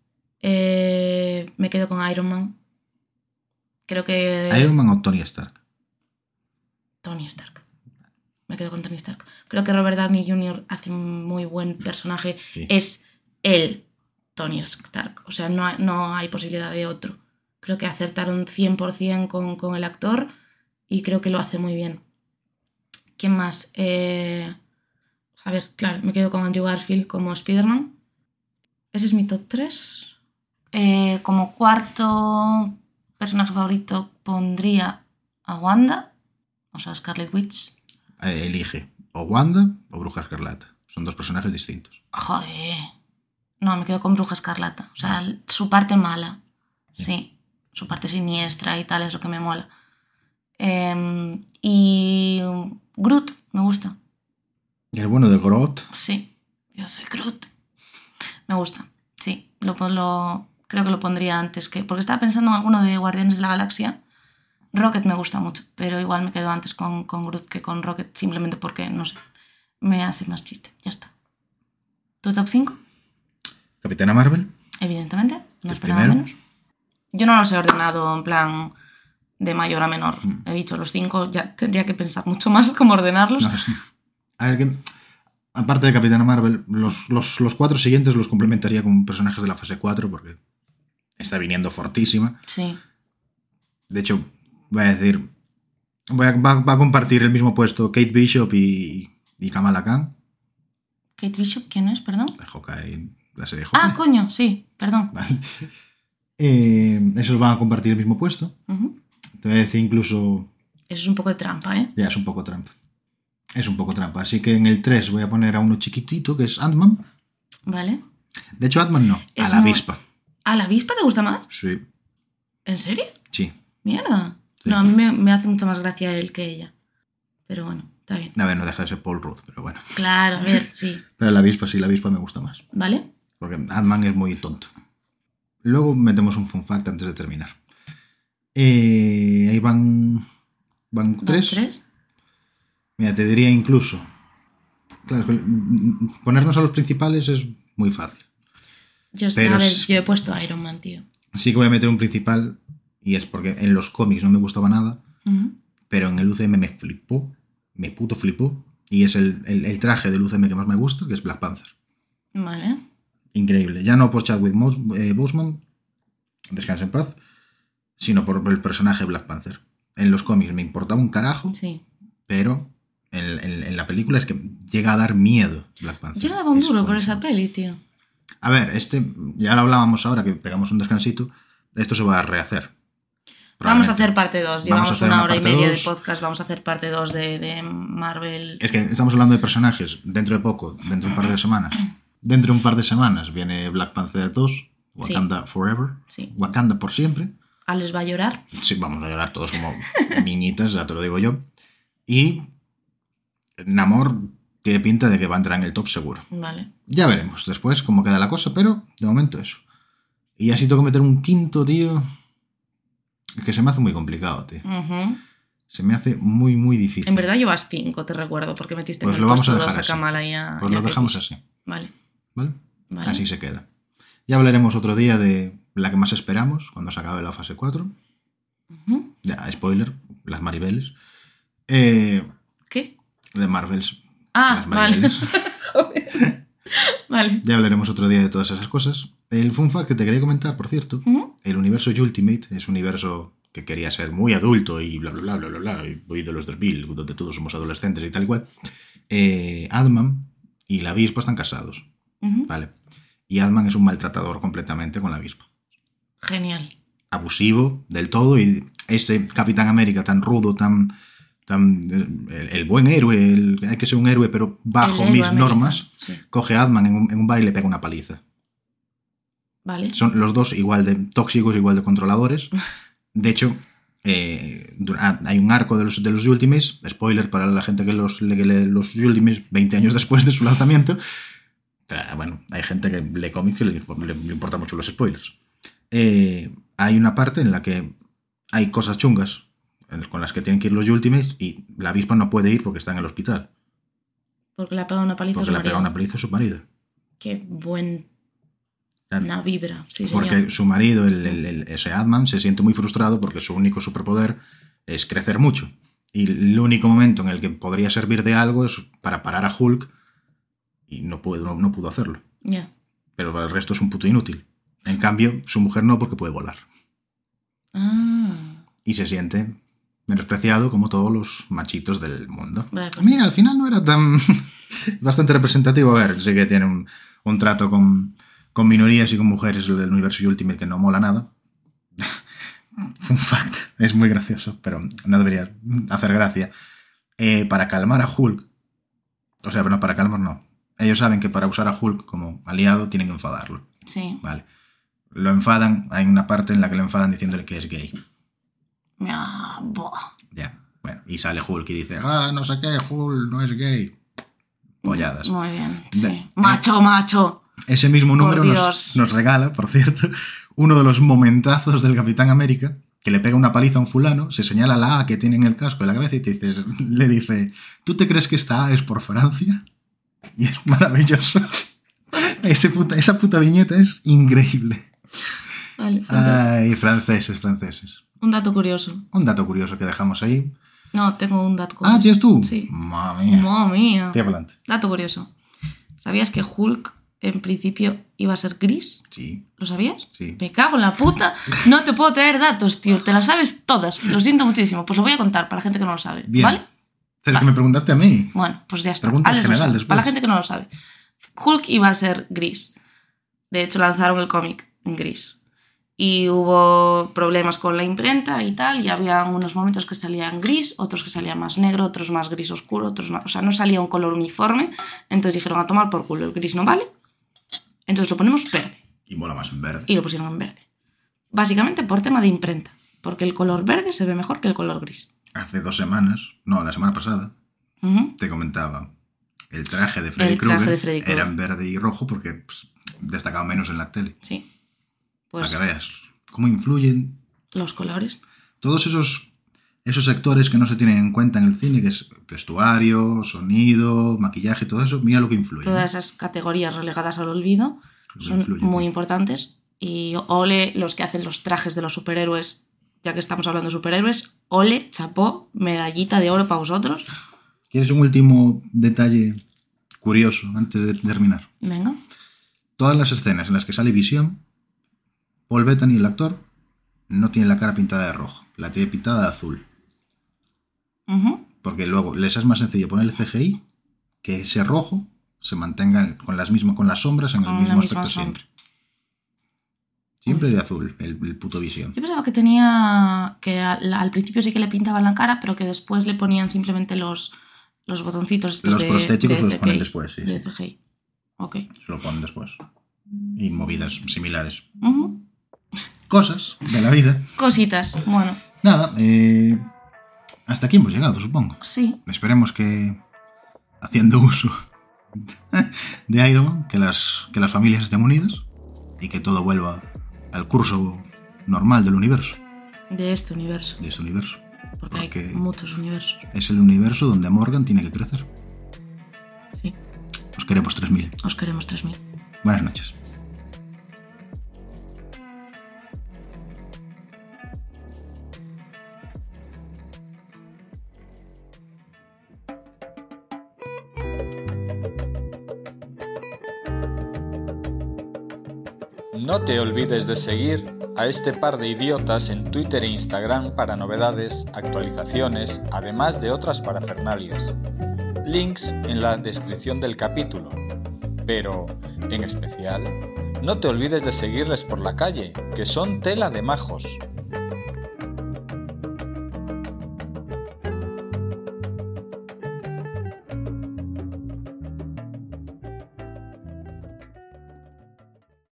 Eh, me quedo con Iron Man. Creo que... ¿Iron Man o Tony Stark? Tony Stark. Me quedo con Tony Stark. Creo que Robert Downey junior hace un muy buen personaje. Sí. Es él, Tony Stark. O sea, no hay, no hay posibilidad de otro. Creo que acertaron cien por ciento con, con el actor y creo que lo hace muy bien. ¿Quién más? Eh... A ver, claro, me quedo con Andrew Garfield como Spider-Man. Ese es mi top tres. Eh, como cuarto personaje favorito pondría a Wanda, o sea, Scarlet Witch. Eh, elige o Wanda o Bruja Escarlata. Son dos personajes distintos. Joder. No, me quedo con Bruja Escarlata. O sea, ah. su parte mala. Sí. sí. Su parte siniestra y tal es lo que me mola. Eh, y Groot, me gusta. ¿Y el bueno de Groot? Sí, yo soy Groot. Me gusta, sí. Lo, lo, creo que lo pondría antes que... Porque estaba pensando en alguno de Guardianes de la Galaxia. Rocket me gusta mucho, pero igual me quedo antes con, con Groot que con Rocket, simplemente porque, no sé, me hace más chiste. Ya está. ¿Tu top cinco? Capitana Marvel. Evidentemente, no esperaba menos. Yo no los he ordenado en plan de mayor a menor. Mm. He dicho los cinco, ya tendría que pensar mucho más cómo ordenarlos. No, sí. A ver, que, aparte de Capitana Marvel, los, los, los cuatro siguientes los complementaría con personajes de la fase cuatro porque está viniendo fortísima. Sí. De hecho, voy a decir, voy a, va, va a compartir el mismo puesto Kate Bishop y, y Kamala Khan. ¿Kate Bishop quién es, perdón? De Hawkeye, la serie de Hawkeye. Ah, coño, sí, perdón. Vale. Eh, esos van a compartir el mismo puesto. Uh-huh. Te voy a decir incluso... Eso es un poco de trampa, ¿eh? Ya, es un poco trampa. es un poco trampa. Así que en el tres voy a poner a uno chiquitito, que es Ant-Man. Vale. De hecho, Ant-Man no, Es a la muy- avispa. ¿A la avispa te gusta más? Sí, ¿En serio? sí. Mierda. Sí. No, a mí me, me hace mucha más gracia él que ella. Pero bueno, está bien. A ver, no deja de ser Paul Rudd, pero bueno. Claro, a ver, sí. Pero la avispa sí, la avispa me gusta más. ¿Vale? Porque Ant-Man es muy tonto. Luego metemos un fun fact antes de terminar. Eh, ahí van... Van ¿Van tres. tres? Mira, te diría incluso... Claro, es que, mm, ponernos a los principales es muy fácil. Yo, Pero a ver, es- yo he puesto a Iron Man, tío. Sí que voy a meter un principal, y es porque en los cómics no me gustaba nada, Ujú. pero en el U C M me flipó, me puto flipó, y es el, el- el traje del U C M que más me gusta, que es Black Panther. Vale. Increíble. Ya no por Chadwick Mos- eh, Boseman, descansa en paz, sino por el personaje Black Panther. En los cómics me importaba un carajo, Sí. pero en, en- en la película es que llega a dar miedo Black Panther. Yo le daba un Es duro por buenísimo. esa peli, tío. A ver, este, ya lo hablábamos ahora, que pegamos un descansito, esto se va a rehacer. Vamos a Probablemente. hacer parte dos. Vamos a Llevamos hacer una una hora y parte media de dos. podcast. Vamos a hacer parte dos de, de Marvel. Es que estamos hablando de personajes dentro de poco, dentro de un par de semanas. Dentro de un par de semanas viene Black Panther dos, Wakanda Forever, Sí. Wakanda por siempre. Alex va a llorar. Sí, vamos a llorar todos como niñitas, ya te lo digo yo. Y Namor tiene pinta de que va a entrar en el top seguro. Vale. Ya veremos después cómo queda la cosa, pero de momento eso. Y así tengo que meter un quinto, tío. Es que se me hace muy complicado, tío. Ujú. Se me hace muy, muy difícil. En verdad llevas cinco, te recuerdo, porque metiste Pues en el lo vamos a puesto dejar dos a así. Kamala y a... Pues y a lo dejamos Katie. así, Vale. ¿vale? Vale. Así se queda. Ya hablaremos otro día de la que más esperamos cuando se acabe la fase cuatro. Ujú. Ya, spoiler, las Maribeles. Eh, ¿Qué? de Marvels. Ah, las vale. Maribeles. Joder. Vale. Ya hablaremos otro día de todas esas cosas. El fun fact que te quería comentar, por cierto, Ujú. el universo Ultimate es un universo que quería ser muy adulto y bla, bla, bla, bla, bla, bla, y voy de los dos mil, donde todos somos adolescentes y tal y cual. Eh, Ant-Man y la avispa están casados, Ujú. ¿vale? Y Ant-Man es un maltratador completamente con la avispa. Genial. Abusivo del todo, y ese Capitán América tan rudo, tan... tan el, el buen héroe, el- hay que ser un héroe pero bajo El héroe mis americano, normas, sí. coge a Ant-Man en un, en un bar y le pega una paliza. Vale. Son los dos igual de tóxicos, igual de controladores. De hecho, eh, dura- hay un arco de los, de los Ultimates, spoiler para la gente que los lee le- los Ultimates veinte años después de su lanzamiento. Pero, bueno, hay gente que lee cómics que le, le, le importan mucho los spoilers. Eh, hay una parte en la que hay cosas chungas con las que tienen que ir los Ultimates y la avispa no puede ir porque está en el hospital. Porque le ha pegado una paliza a Porque su le ha pegado marido. una paliza a su marido. Qué buena Claro. vibra. Sí, señor. Porque su marido, el, el, el- ese Ant-Man, se siente muy frustrado porque su único superpoder es crecer mucho. Y el único momento en el que podría servir de algo es para parar a Hulk y no pudo, no, no pudo hacerlo. Ya. Pero para el resto es un puto inútil. En cambio, su mujer no, porque puede volar. Ah. Y se siente menospreciado como todos los machitos del mundo. Vale, pues. Mira, al final no era tan... bastante representativo. A ver, sí que tiene un, un trato con, con minorías y con mujeres del universo Ultimate que no mola nada. Fun fact. Es muy gracioso, pero no debería hacer gracia. Eh, para calmar a Hulk... O sea, pero no, para calmar no. Ellos saben que para usar a Hulk como aliado tienen que enfadarlo. Sí. Vale. Lo enfadan, hay una parte en la que lo enfadan diciéndole que es gay. Ah, buah. Ya, bueno, y sale Hulk y dice, ah, no sé qué, Hulk no es gay. Polladas. Muy bien. De- Sí. Macho, macho. Ese mismo número Por nos, Dios. nos regala, por cierto, uno de los momentazos del Capitán América, que le pega una paliza a un fulano, se señala la A que tiene en el casco en la cabeza y te dices, le dice, ¿tú te crees que esta A es por Francia? Y es maravilloso. Ese puta, esa puta viñeta es increíble. Vale, fantástico. Ay, franceses, franceses. Un dato curioso. Un dato curioso que dejamos ahí. No, tengo un dato curioso. Ah, ¿tienes tú? Sí. Madre mía. Madre mía. Tira adelante. Dato curioso. ¿Sabías que Hulk en principio iba a ser gris? Sí, ¿Lo sabías? sí. Me cago en la puta. No te puedo traer datos, tío. Te las sabes todas. Lo siento muchísimo. Pues lo voy a contar para la gente que no lo sabe. Bien. ¿Vale? Pero es Vale. que me preguntaste a mí. Bueno, pues ya está. Pregunta Alex lo general sabe. después. Para la gente que no lo sabe. Hulk iba a ser gris. De hecho, lanzaron el cómic en gris. y hubo problemas con la imprenta y tal, y había unos momentos que salían gris, otros que salían más negro, otros más gris oscuro, otros más... O sea, no salía un color uniforme, entonces dijeron a tomar por culo, el gris no vale, entonces lo ponemos verde. Y mola más en verde. Y lo pusieron en verde. Básicamente por tema de imprenta, porque el color verde se ve mejor que el color gris. Hace dos semanas, no, la semana pasada, uh-huh. te comentaba, el traje de Freddy Krueger era en verde y rojo porque pues, destacaba menos en la tele. Sí. Pues, para que veas cómo influyen los colores. Todos esos, esos sectores que no se tienen en cuenta en el cine, que es vestuario, sonido, maquillaje, todo eso, mira lo que influye. Todas esas categorías relegadas al olvido son influye, muy tío. importantes. Y ole los que hacen los trajes de los superhéroes, ya que estamos hablando de superhéroes, ole, chapó, medallita de oro para vosotros. ¿Quieres un último detalle curioso antes de terminar? Venga. Todas las escenas en las que sale Visión, Paul Bettany, el actor, no tiene la cara pintada de rojo, la tiene pintada de azul. Uh-huh. Porque luego les es más sencillo poner el C G I que ese rojo se mantenga con las, mismas, con las sombras en con el mismo aspecto siempre. Siempre de azul, el, el puto Visión. Yo pensaba que tenía... que al, al principio sí que le pintaban la cara, pero que después le ponían simplemente los, los botoncitos estos los de prostéticos de los ponen después, sí. De sí. C G I. Ok. Se lo ponen después. Y movidas similares. Uh-huh. Cosas de la vida. Cositas, bueno. Nada, eh, hasta aquí hemos llegado, supongo. Sí. Esperemos que, haciendo uso de Iron Man, que las, que las familias estén unidas y que todo vuelva al curso normal del universo. De este universo. De este universo. Porque, Porque hay muchos universos. Es el universo donde Morgan tiene que crecer. Sí. Os queremos tres mil. Os queremos tres mil. Buenas noches. No te olvides de seguir a este par de idiotas en Twitter e Instagram para novedades, actualizaciones, además de otras parafernalias. Links en la descripción del capítulo. Pero, en especial, no te olvides de seguirles por la calle, que son tela de majos.